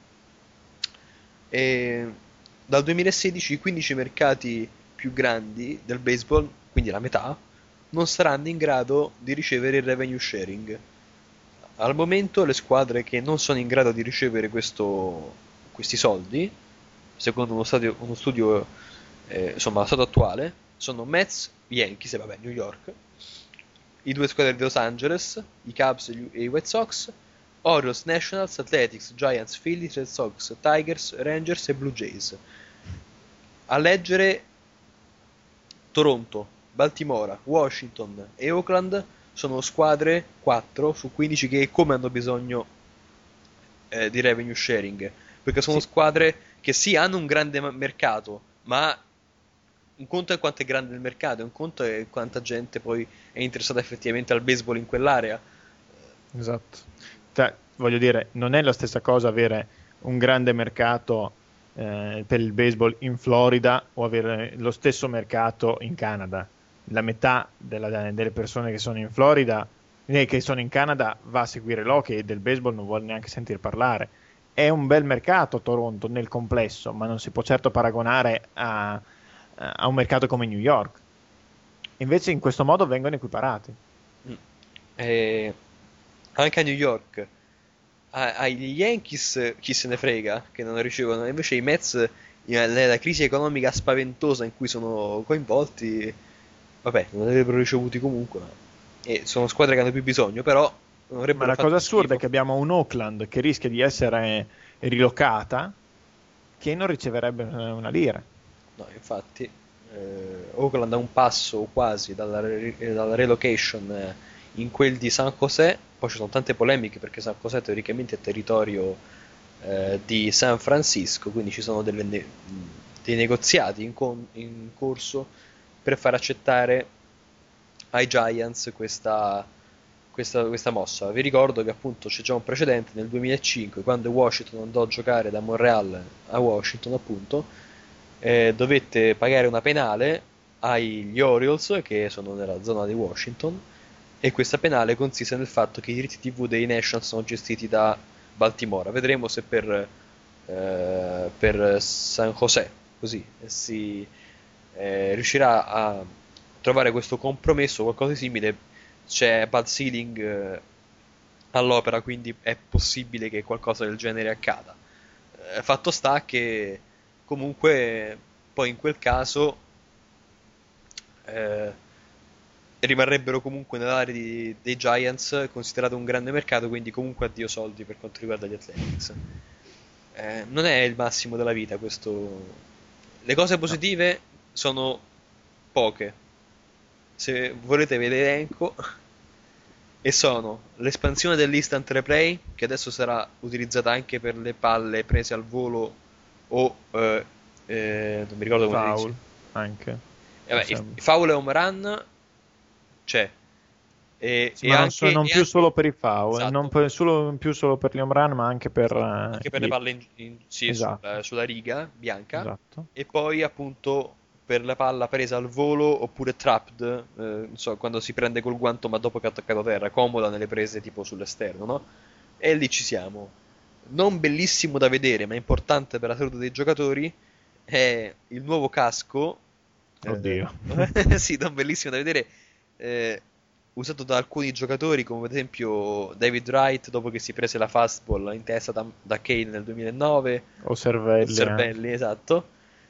E dal 2016 i 15 mercati più grandi del baseball, quindi la metà, non saranno in grado di ricevere il revenue sharing. Al momento le squadre che non sono in grado di ricevere questi soldi, secondo uno studio insomma, lo stato attuale, sono Mets, Yankees e vabbè, New York, i due squadre di Los Angeles, i Cubs e i White Sox, Orioles, Nationals, Athletics, Giants, Phillies, Red Sox, Tigers, Rangers e Blue Jays. A leggere Toronto, Baltimora, Washington e Oakland sono squadre 4 su 15 che come hanno bisogno di revenue sharing, perché sono squadre che sì hanno un grande mercato, ma un conto è quanto è grande il mercato, un conto è quanta gente poi è interessata effettivamente al baseball in quell'area. Esatto. Voglio dire, non è la stessa cosa avere un grande mercato per il baseball in Florida o avere lo stesso mercato in Canada. La metà delle persone che sono in Florida, che sono in Canada, va a seguire l'hockey e del baseball non vuole neanche sentir parlare. È un bel mercato Toronto nel complesso, ma non si può certo paragonare a un mercato come New York. Invece in questo modo vengono equiparati. Anche a New York agli Yankees chi se ne frega che non ricevono, invece i Mets nella crisi economica spaventosa in cui sono coinvolti, vabbè, non avrebbero ricevuti comunque, e sono squadre che hanno più bisogno, però non avrebbero. Ma la cosa assurda è che abbiamo un Oakland che rischia di essere rilocata, che non riceverebbe una lira. No, infatti Oakland ha un passo quasi dalla relocation in quel di San José. Poi ci sono tante polemiche perché San José teoricamente è territorio di San Francisco, quindi ci sono dei negoziati in corso per far accettare ai Giants questa mossa. Vi ricordo che appunto c'è già un precedente nel 2005, quando Washington andò a giocare da Montreal a Washington, appunto, dovette pagare una penale agli Orioles che sono nella zona di Washington, e questa penale consiste nel fatto che i diritti TV dei Nationals sono gestiti da Baltimora. Vedremo se per San José così si riuscirà a trovare questo compromesso, qualcosa di simile. C'è Bud Selig all'opera, quindi è possibile che qualcosa del genere accada. Fatto sta che comunque poi in quel caso rimarrebbero comunque nell'area dei Giants, considerato un grande mercato, quindi comunque addio soldi per quanto riguarda gli Athletics. Non è il massimo della vita questo. Le cose positive sono poche, se volete ve le elenco, e sono l'espansione dell'instant replay, che adesso sarà utilizzata anche per le palle prese al volo o non mi ricordo come foul si dice. Anche il foul e home run c'è, ma non più solo per i foul, esatto. non più solo per gli home run, ma anche per le palle esatto. sulla riga bianca, esatto. E poi appunto per la palla presa al volo oppure trapped, non so, quando si prende col guanto ma dopo che ha toccato terra, comoda nelle prese tipo sull'esterno, no? E lì ci siamo. Non bellissimo da vedere, ma importante per la salute dei giocatori, è il nuovo casco. Oddio. Sì, non bellissimo da vedere. usato da alcuni giocatori, come ad esempio David Wright dopo che si prese la fastball in testa da Kane nel 2009, O cervelli. Cervelli, esatto.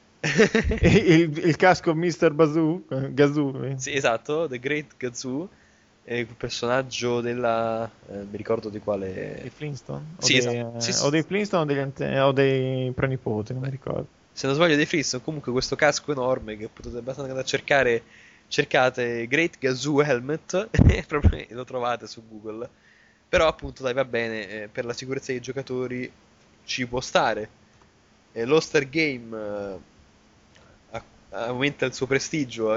Il casco Mr. Gazoo. Sì, esatto, The Great Gazoo, il personaggio della... mi ricordo di quale... Dei Flintstone? Sì, esatto. Sì, O dei Flintstone o dei prenipoti, non mi ricordo. Se non sbaglio dei Flintstone, comunque questo casco enorme che potete abbastanza andare a cercare, cercate Great Gazoo Helmet e lo trovate su Google. Però appunto dai, va bene, per la sicurezza dei giocatori ci può stare. L'All-Star Game aumenta il suo prestigio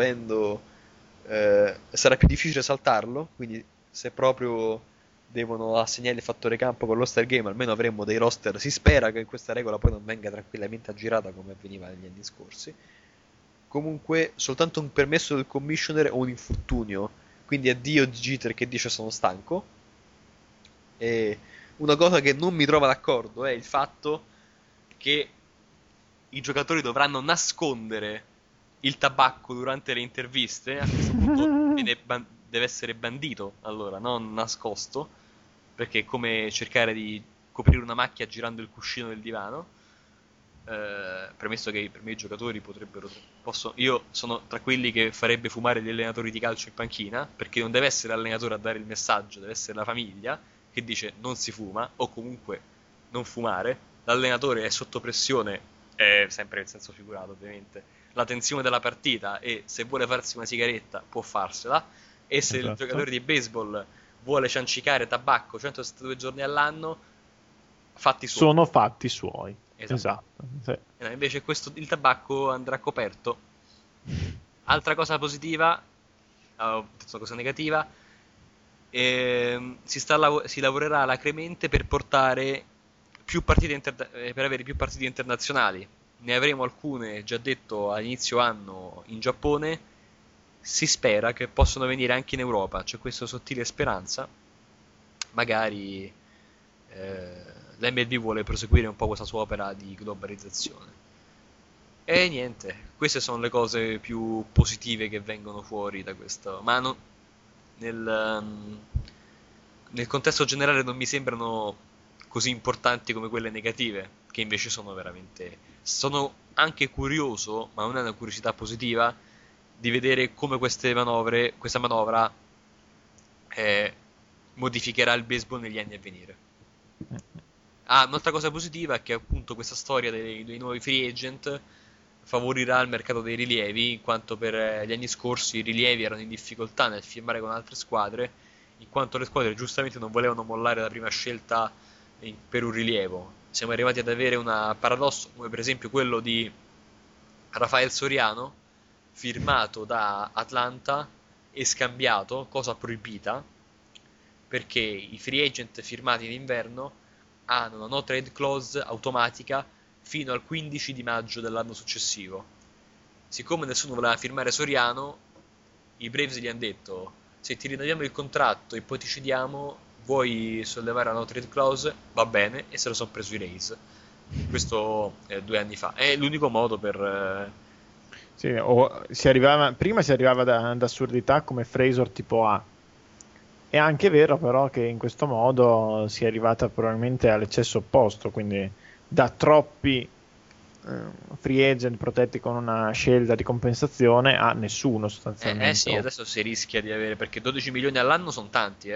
sarà più difficile saltarlo, quindi se proprio devono assegnare il fattore campo con l'All-Star Game almeno avremo dei roster. Si spera che questa regola poi non venga tranquillamente aggirata come avveniva negli anni scorsi. Comunque soltanto un permesso del commissioner o un infortunio, quindi addio di Jeter che dice sono stanco. E una cosa che non mi trova d'accordo è il fatto che i giocatori dovranno nascondere il tabacco durante le interviste. A questo punto deve essere bandito, allora, non nascosto, perché è come cercare di coprire una macchia girando il cuscino del divano. Premesso che per me i giocatori io sono tra quelli che farebbe fumare gli allenatori di calcio in panchina, perché non deve essere l'allenatore a dare il messaggio, deve essere la famiglia che dice non si fuma, o comunque non fumare. L'allenatore è sotto pressione, è sempre nel senso figurato ovviamente, la tensione della partita, e se vuole farsi una sigaretta può farsela, e se il giocatore di baseball vuole ciancicare tabacco 162 giorni all'anno, sono fatti suoi. Esatto. Sì. Invece il tabacco andrà coperto. Altra cosa positiva, una cosa negativa, si lavorerà alacremente per portare più partite per avere più partite internazionali. Ne avremo alcune, già detto, a inizio anno in Giappone. Si spera che possano venire anche in Europa. C'è questa sottile speranza. Magari l'MLB vuole proseguire un po' questa sua opera di globalizzazione. E niente, queste sono le cose più positive che vengono fuori da questo. Ma nel contesto generale non mi sembrano così importanti come quelle negative, che invece sono veramente... Sono anche curioso, ma non è una curiosità positiva, di vedere come questa manovra modificherà il baseball negli anni a venire. Un'altra cosa positiva è che appunto questa storia dei nuovi free agent favorirà il mercato dei rilievi, in quanto per gli anni scorsi i rilievi erano in difficoltà nel firmare con altre squadre, in quanto le squadre giustamente non volevano mollare la prima scelta per un rilievo. Siamo arrivati ad avere un paradosso come per esempio quello di Rafael Soriano, firmato da Atlanta e scambiato, cosa proibita, perché i free agent firmati in inverno hanno una no trade clause automatica fino al 15 di maggio dell'anno successivo. Siccome nessuno voleva firmare Soriano, i Braves gli hanno detto: se ti rinnoviamo il contratto e poi ti cediamo, vuoi sollevare la no trade clause? Va bene, e se lo sono preso i Rays. Questo 2 anni fa. È l'unico modo per... Sì, prima si arrivava da assurdità come Fraser tipo A. È anche vero però che in questo modo si è arrivata probabilmente all'eccesso opposto, quindi da troppi free agent protetti con una scelta di compensazione a nessuno sostanzialmente. Sì, adesso si rischia di avere, perché 12 milioni all'anno sono tanti,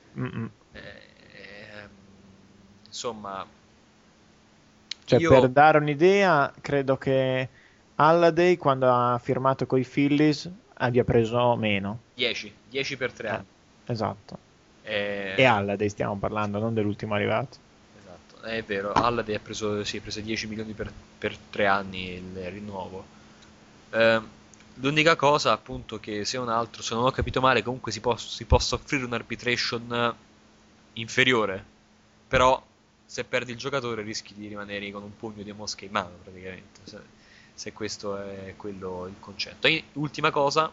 insomma, cioè, per dare un'idea, credo che Halladay, quando ha firmato coi Phillies, abbia preso meno. 10 per 3 anni. Esatto. E Halladay stiamo parlando, non dell'ultimo arrivato. Esatto, è vero. Halladay ha preso 10 milioni per 3 anni il rinnovo. L'unica cosa, appunto, che se non ho capito male, comunque si possa offrire un arbitration inferiore. Però se perdi il giocatore rischi di rimanere con un pugno di mosche in mano, praticamente. Se questo è quello il concetto. E ultime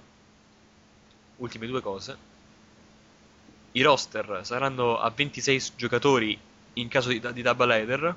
2 cose. I roster saranno a 26 giocatori in caso di double header.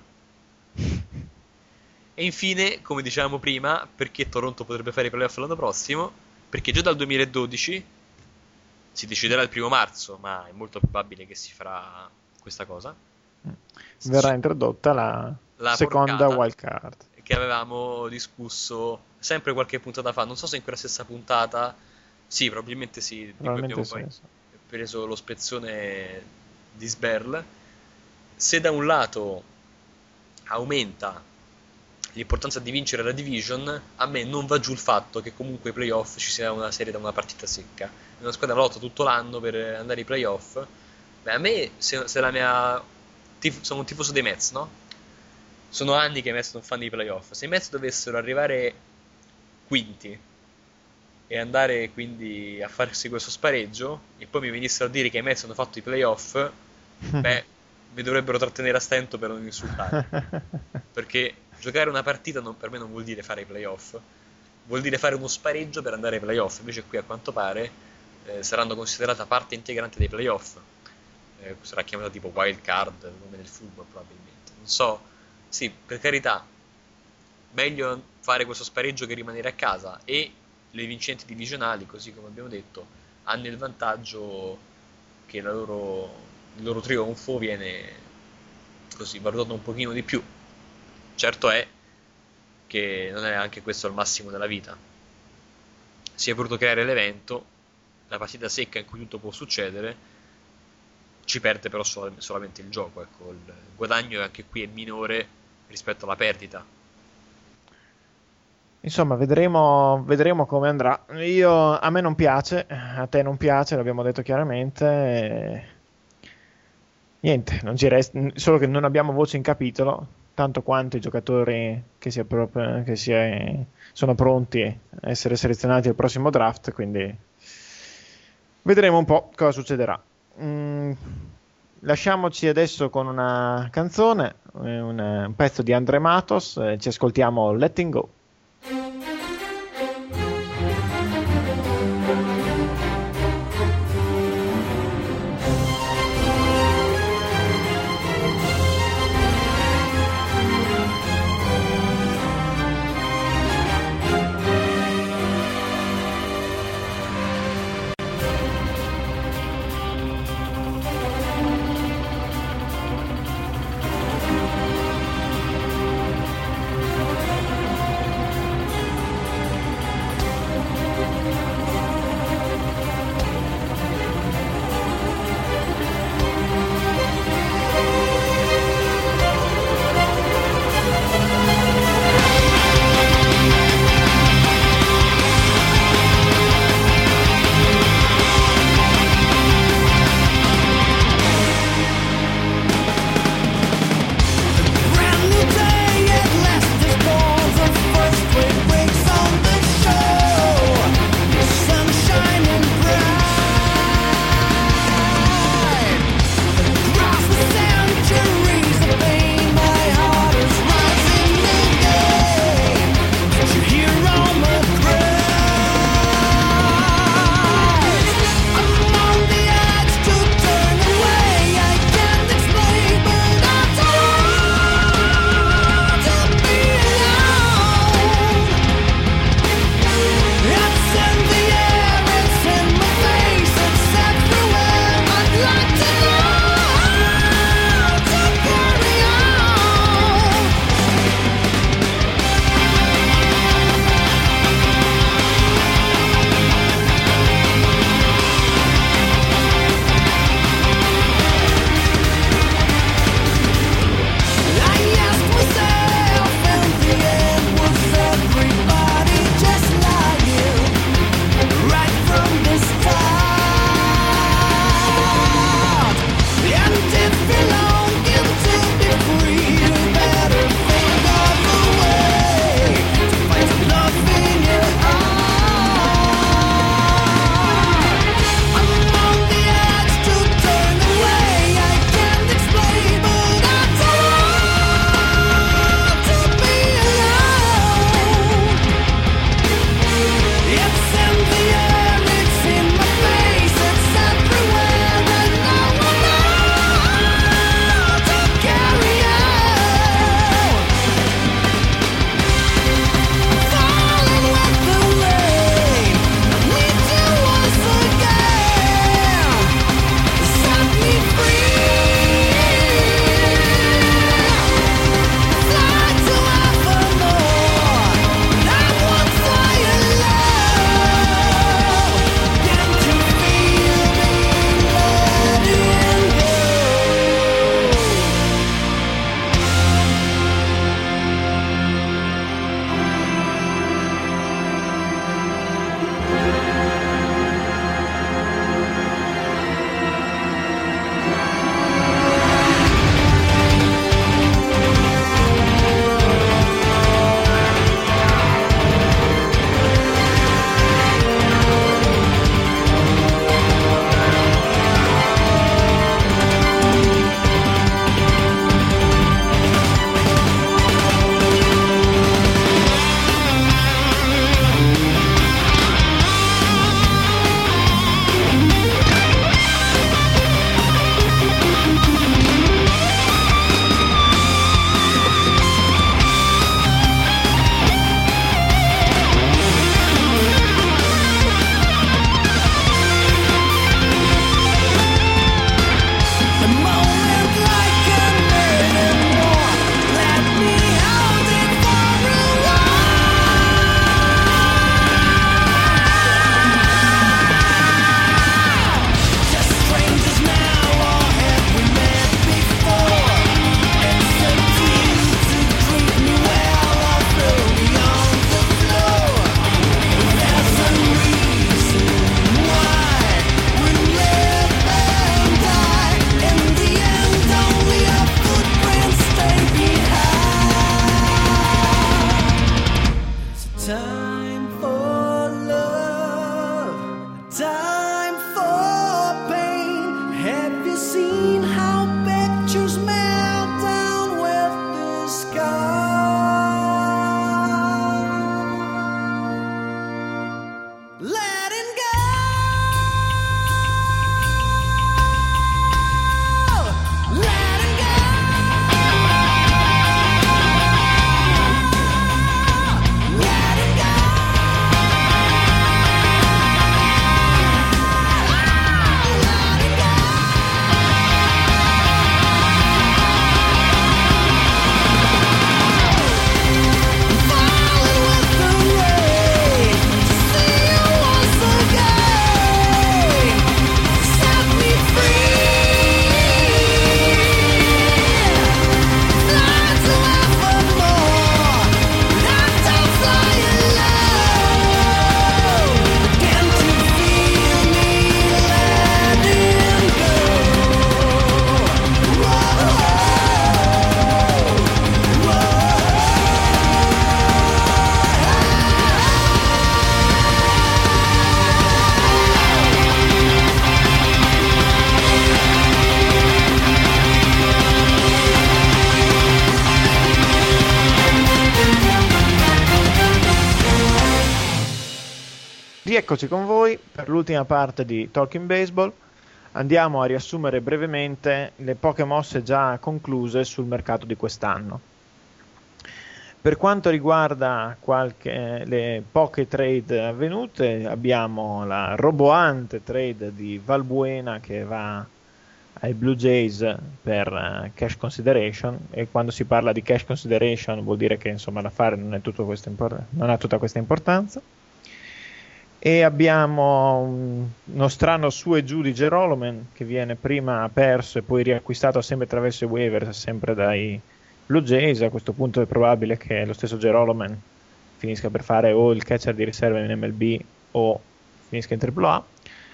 E infine, come dicevamo prima, perché Toronto potrebbe fare i playoff l'anno prossimo? Perché già dal 2012 Si deciderà il 1 marzo, ma è molto probabile che si farà questa cosa. Verrà introdotta la seconda porcata wild card. che avevamo discusso sempre qualche puntata fa. Non so se in quella stessa puntata, sì, probabilmente sì, di cui abbiamo poi preso lo spezzone di Sberl. Se da un lato aumenta l'importanza di vincere la division, a me non va giù il fatto che comunque ai playoff ci sia una serie da una partita secca. Una squadra lotta tutto l'anno per andare ai playoff. Beh, a me, se la mia... sono un tifoso dei Mets, no? Sono anni che i Mets non fanno i playoff. Se i Mets dovessero arrivare quinti e andare quindi a farsi questo spareggio e poi mi venissero a dire che i Mets hanno fatto i playoff, beh, mi dovrebbero trattenere a stento per non insultare. Perché giocare una partita per me non vuol dire fare i playoff, vuol dire fare uno spareggio per andare ai playoff. Invece qui a quanto pare saranno considerata parte integrante dei playoff. Sarà chiamata tipo wild card come nel football probabilmente, non so. Sì, per carità, meglio fare questo spareggio che rimanere a casa, e le vincenti divisionali, così come abbiamo detto, hanno il vantaggio che il loro trionfo viene così valutato un pochino di più. Certo è che non è anche questo il massimo della vita. Si è voluto creare l'evento, la partita secca in cui tutto può succedere, ci perde però solamente il gioco, ecco, il guadagno anche qui è minore rispetto alla perdita. Insomma, vedremo come andrà. A me non piace, a te non piace, l'abbiamo detto chiaramente. Niente, non ci resta, solo che non abbiamo voce in capitolo, tanto quanto i giocatori sono pronti a essere selezionati al prossimo draft, quindi vedremo un po' cosa succederà. Lasciamoci adesso con una canzone, un pezzo di Andre Matos, ci ascoltiamo Letting Go. Rieccoci con voi per l'ultima parte di Talking Baseball. Andiamo a riassumere brevemente le poche mosse già concluse sul mercato di quest'anno. Per quanto riguarda le poche trade avvenute, abbiamo la roboante trade di Valbuena che va ai Blue Jays per cash consideration, e quando si parla di cash consideration vuol dire che insomma l'affare non ha tutta questa importanza. E abbiamo uno strano su e giù di Geroloman che viene prima perso e poi riacquistato sempre attraverso i waivers, sempre dai Blue Jays. A questo punto è probabile che lo stesso Geroloman finisca per fare o il catcher di riserva in MLB o finisca in AAA.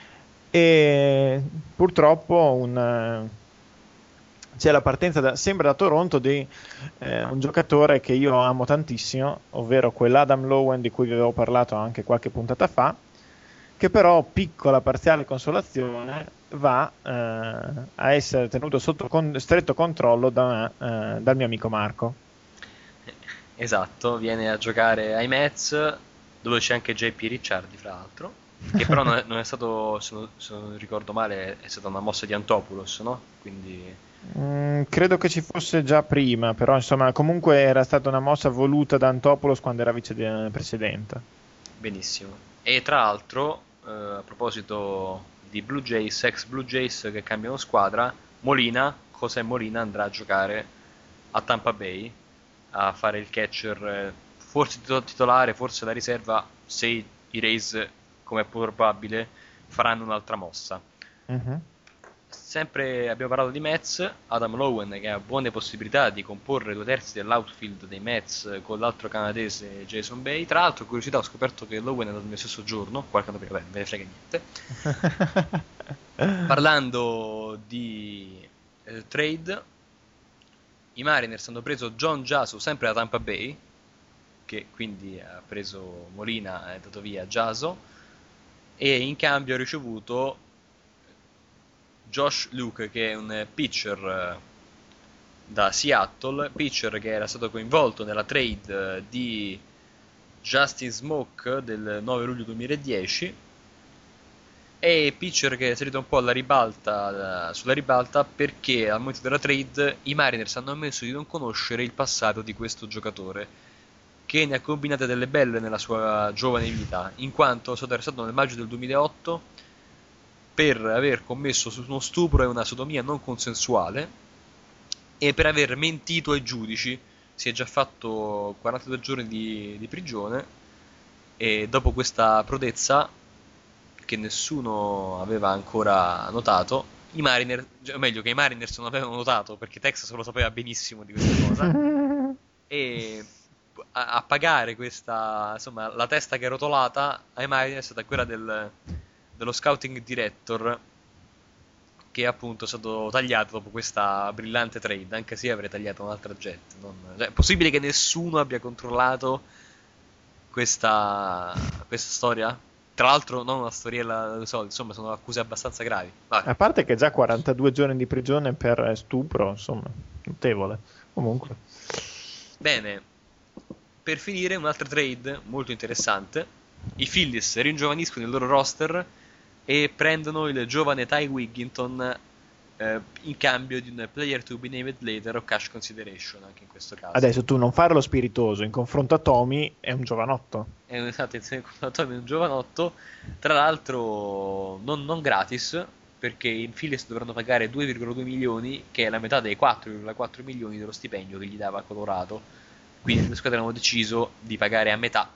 E purtroppo c'è la partenza sempre da Toronto di un giocatore che io amo tantissimo, ovvero quell'Adam Lowen di cui vi avevo parlato anche qualche puntata fa, che però, piccola parziale consolazione, va a essere tenuto sotto stretto controllo dal mio amico Marco. Esatto, viene a giocare ai Mets, dove c'è anche JP Ricciardi, fra l'altro, che però non è stato, se non ricordo male, è stata una mossa di Antopoulos, no? Quindi credo che ci fosse già prima, però insomma comunque era stata una mossa voluta da Antopoulos quando era vicepresidente. Benissimo. E tra l'altro, a proposito di Blue Jays, ex Blue Jays che cambiano squadra, José Molina andrà a giocare a Tampa Bay a fare il catcher, forse titolare, forse la riserva, se i Rays, come è probabile, faranno un'altra mossa. Sempre abbiamo parlato di Mets, Adam Lowen che ha buone possibilità di comporre 2/3 dell'outfield dei Mets con l'altro canadese Jason Bay. Tra l'altro, curiosità, ho scoperto che Lowen è nato il mio stesso giorno, qualche anno prima, beh, non me ne frega niente. Parlando di trade, i Mariners hanno preso John Jasu sempre da Tampa Bay, che quindi ha preso Molina e è dato via Jasu, e in cambio ha ricevuto Josh Luke, che è un pitcher da Seattle, pitcher che era stato coinvolto nella trade di Justin Smoke del 9 luglio 2010, e pitcher che è salito un po' sulla ribalta perché al momento della trade i Mariners hanno ammesso di non conoscere il passato di questo giocatore, che ne ha combinate delle belle nella sua giovane vita, in quanto è stato arrestato nel maggio del 2008 per aver commesso uno stupro e una sodomia non consensuale e per aver mentito ai giudici. Si è già fatto 42 giorni di prigione, e dopo questa prodezza che nessuno aveva ancora notato, i Mariners, o meglio che i Mariners non avevano notato perché Texas lo sapeva benissimo di questa cosa, e a pagare questa, insomma, la testa che è rotolata ai Mariners è stata quella dello scouting director, che appunto è stato tagliato dopo questa brillante trade, anche se io avrei tagliato un'altra gente. Cioè, è possibile che nessuno abbia controllato questa storia? Tra l'altro non una storiella dei soldi, insomma sono accuse abbastanza gravi. Vai. A parte che già 42 giorni di prigione per stupro, insomma, notevole. Comunque. Bene, per finire un'altra trade molto interessante. I Phillies ringiovaniscono il loro roster e prendono il giovane Ty Wigginton in cambio di un player to be named later o cash consideration, anche in questo caso. Adesso tu non fare lo spiritoso, in confronto a Tommy è un giovanotto. Esatto, in confronto a Tommy è un giovanotto, tra l'altro non gratis, perché i Phillies dovranno pagare 2,2 milioni, che è la metà dei 4,4 milioni dello stipendio che gli dava Colorado. Quindi le squadre hanno deciso di pagare a metà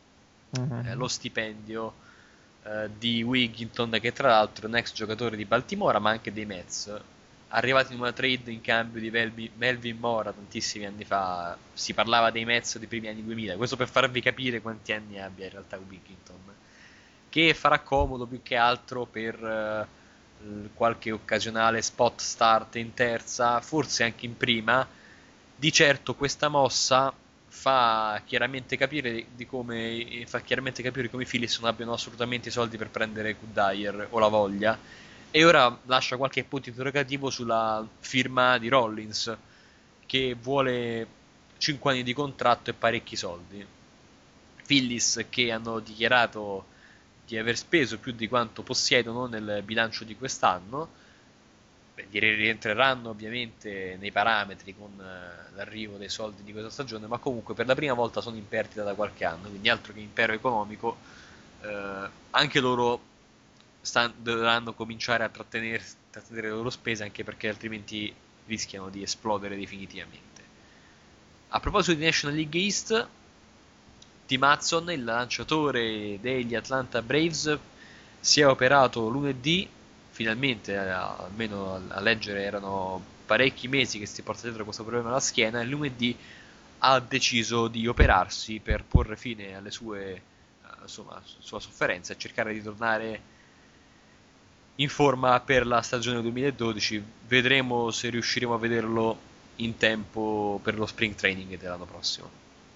lo stipendio di Wigginton, che tra l'altro è un ex giocatore di Baltimora ma anche dei Mets, arrivato in una trade in cambio di Melvin Mora tantissimi anni fa. Si parlava dei Mets dei primi anni 2000, questo per farvi capire quanti anni abbia in realtà Wigginton, che farà comodo più che altro per qualche occasionale spot start in terza, forse anche in prima. Di certo questa mossa fa chiaramente capire come i Phillies non abbiano assolutamente i soldi per prendere Goodyear o la voglia, e ora lascia qualche punto interrogativo sulla firma di Rollins, che vuole 5 anni di contratto e parecchi soldi. Phillies che hanno dichiarato di aver speso più di quanto possiedono nel bilancio di quest'anno. Rientreranno ovviamente nei parametri con l'arrivo dei soldi di questa stagione, ma comunque per la prima volta sono in perdita da qualche anno, quindi altro che impero economico. Anche loro dovranno cominciare a trattenere le loro spese, anche perché altrimenti rischiano di esplodere definitivamente. A proposito di National League East, Tim Hudson, il lanciatore degli Atlanta Braves, si è operato lunedì. Finalmente, almeno a leggere, erano parecchi mesi che si porta dietro questo problema alla schiena, e lunedì ha deciso di operarsi per porre fine alle sua sofferenza e cercare di tornare in forma per la stagione 2012. Vedremo se riusciremo a vederlo in tempo per lo spring training dell'anno prossimo.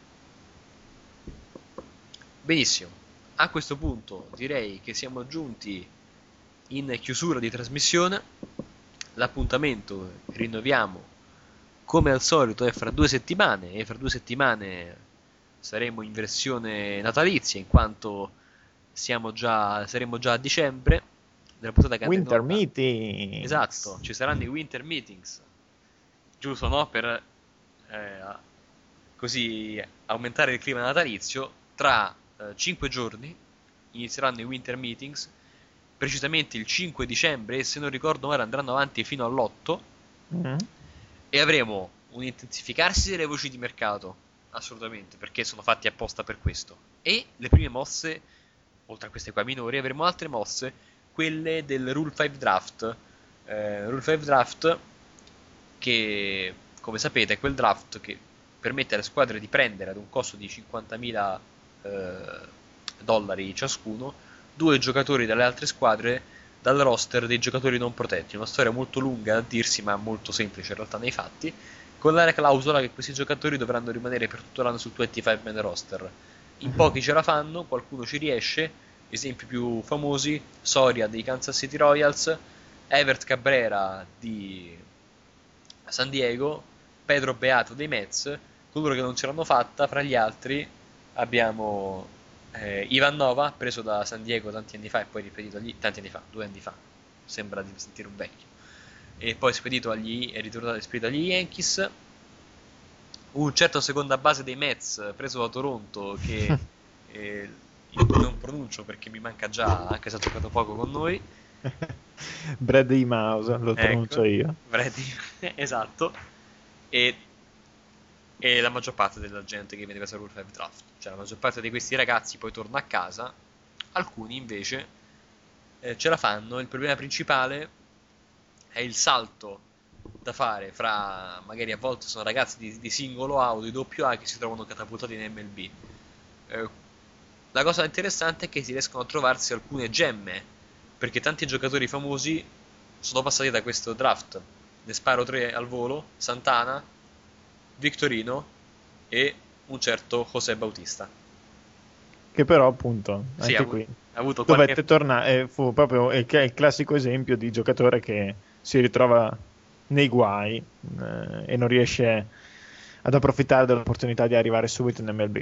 Benissimo, a questo punto direi che siamo giunti in chiusura di trasmissione. L'appuntamento, rinnoviamo, come al solito è fra 2 settimane, e fra 2 settimane saremo in versione natalizia, in quanto saremo già a dicembre della puntata Winter Meeting. Esatto, ci saranno i Winter Meetings, giusto, no? Per così aumentare il clima natalizio. Tra 5 giorni inizieranno i Winter Meetings, precisamente il 5 dicembre, e se non ricordo male andranno avanti fino all'8, e avremo un intensificarsi delle voci di mercato, assolutamente, perché sono fatti apposta per questo, e le prime mosse, oltre a queste qua minori, avremo altre mosse, quelle del Rule 5 Draft. Rule 5 Draft, che come sapete è quel draft che permette alle squadre di prendere ad un costo di $50.000 ciascuno 2 giocatori dalle altre squadre dal roster dei giocatori non protetti. Una storia molto lunga da dirsi, ma molto semplice in realtà nei fatti, con la clausola che questi giocatori dovranno rimanere per tutto l'anno sul 25-man roster. In pochi ce la fanno, qualcuno ci riesce. Esempi più famosi: Soria dei Kansas City Royals, Everett Cabrera di San Diego, Pedro Beato dei Mets. Coloro che non ce l'hanno fatta, fra gli altri, abbiamo Ivan Nova, preso da San Diego tanti anni fa e poi ripetuto tanti anni fa, 2 anni fa, sembra di sentire un vecchio, e poi spedito è ritornato spedito agli Yankees. Un certo seconda base dei Mets, preso da Toronto, che non pronuncio perché mi manca già, anche se ha giocato poco con noi. Brady Mouse, lo pronuncio io. Brady, esatto. E la maggior parte della gente che viene presa Rule 5 Draft, cioè la maggior parte di questi ragazzi poi torna a casa, alcuni invece ce la fanno. Il problema principale è il salto da fare fra, magari a volte sono ragazzi di singolo A o di doppio A che si trovano catapultati in MLB. La cosa interessante è che si riescono a trovarsi alcune gemme, perché tanti giocatori famosi sono passati da questo draft. Ne sparo 3 al volo: Santana, Victorino e un certo José Bautista, che però appunto anche sì, qui ha avuto dovette tornare. Fu proprio il classico esempio di giocatore che si ritrova nei guai e non riesce ad approfittare dell'opportunità di arrivare subito in MLB.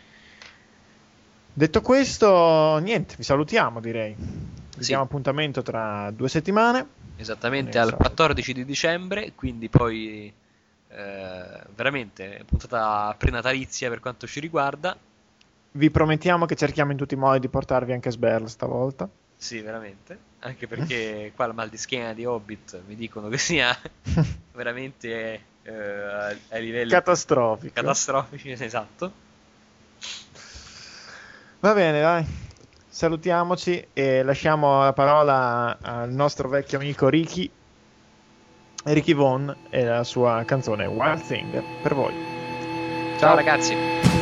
Detto questo, niente, vi salutiamo, direi. Ci diamo appuntamento tra 2 settimane, esattamente al 14 di dicembre, quindi poi veramente puntata prenatalizia per quanto ci riguarda. Vi promettiamo che cerchiamo in tutti i modi di portarvi anche Sberl stavolta. Sì, veramente, anche perché qua il mal di schiena di Hobbit mi dicono che sia veramente a livelli catastrofici, esatto. Va bene, dai, salutiamoci e lasciamo la parola al nostro vecchio amico Ricky Vaughan e la sua canzone Wild Thing per voi. Ciao ragazzi.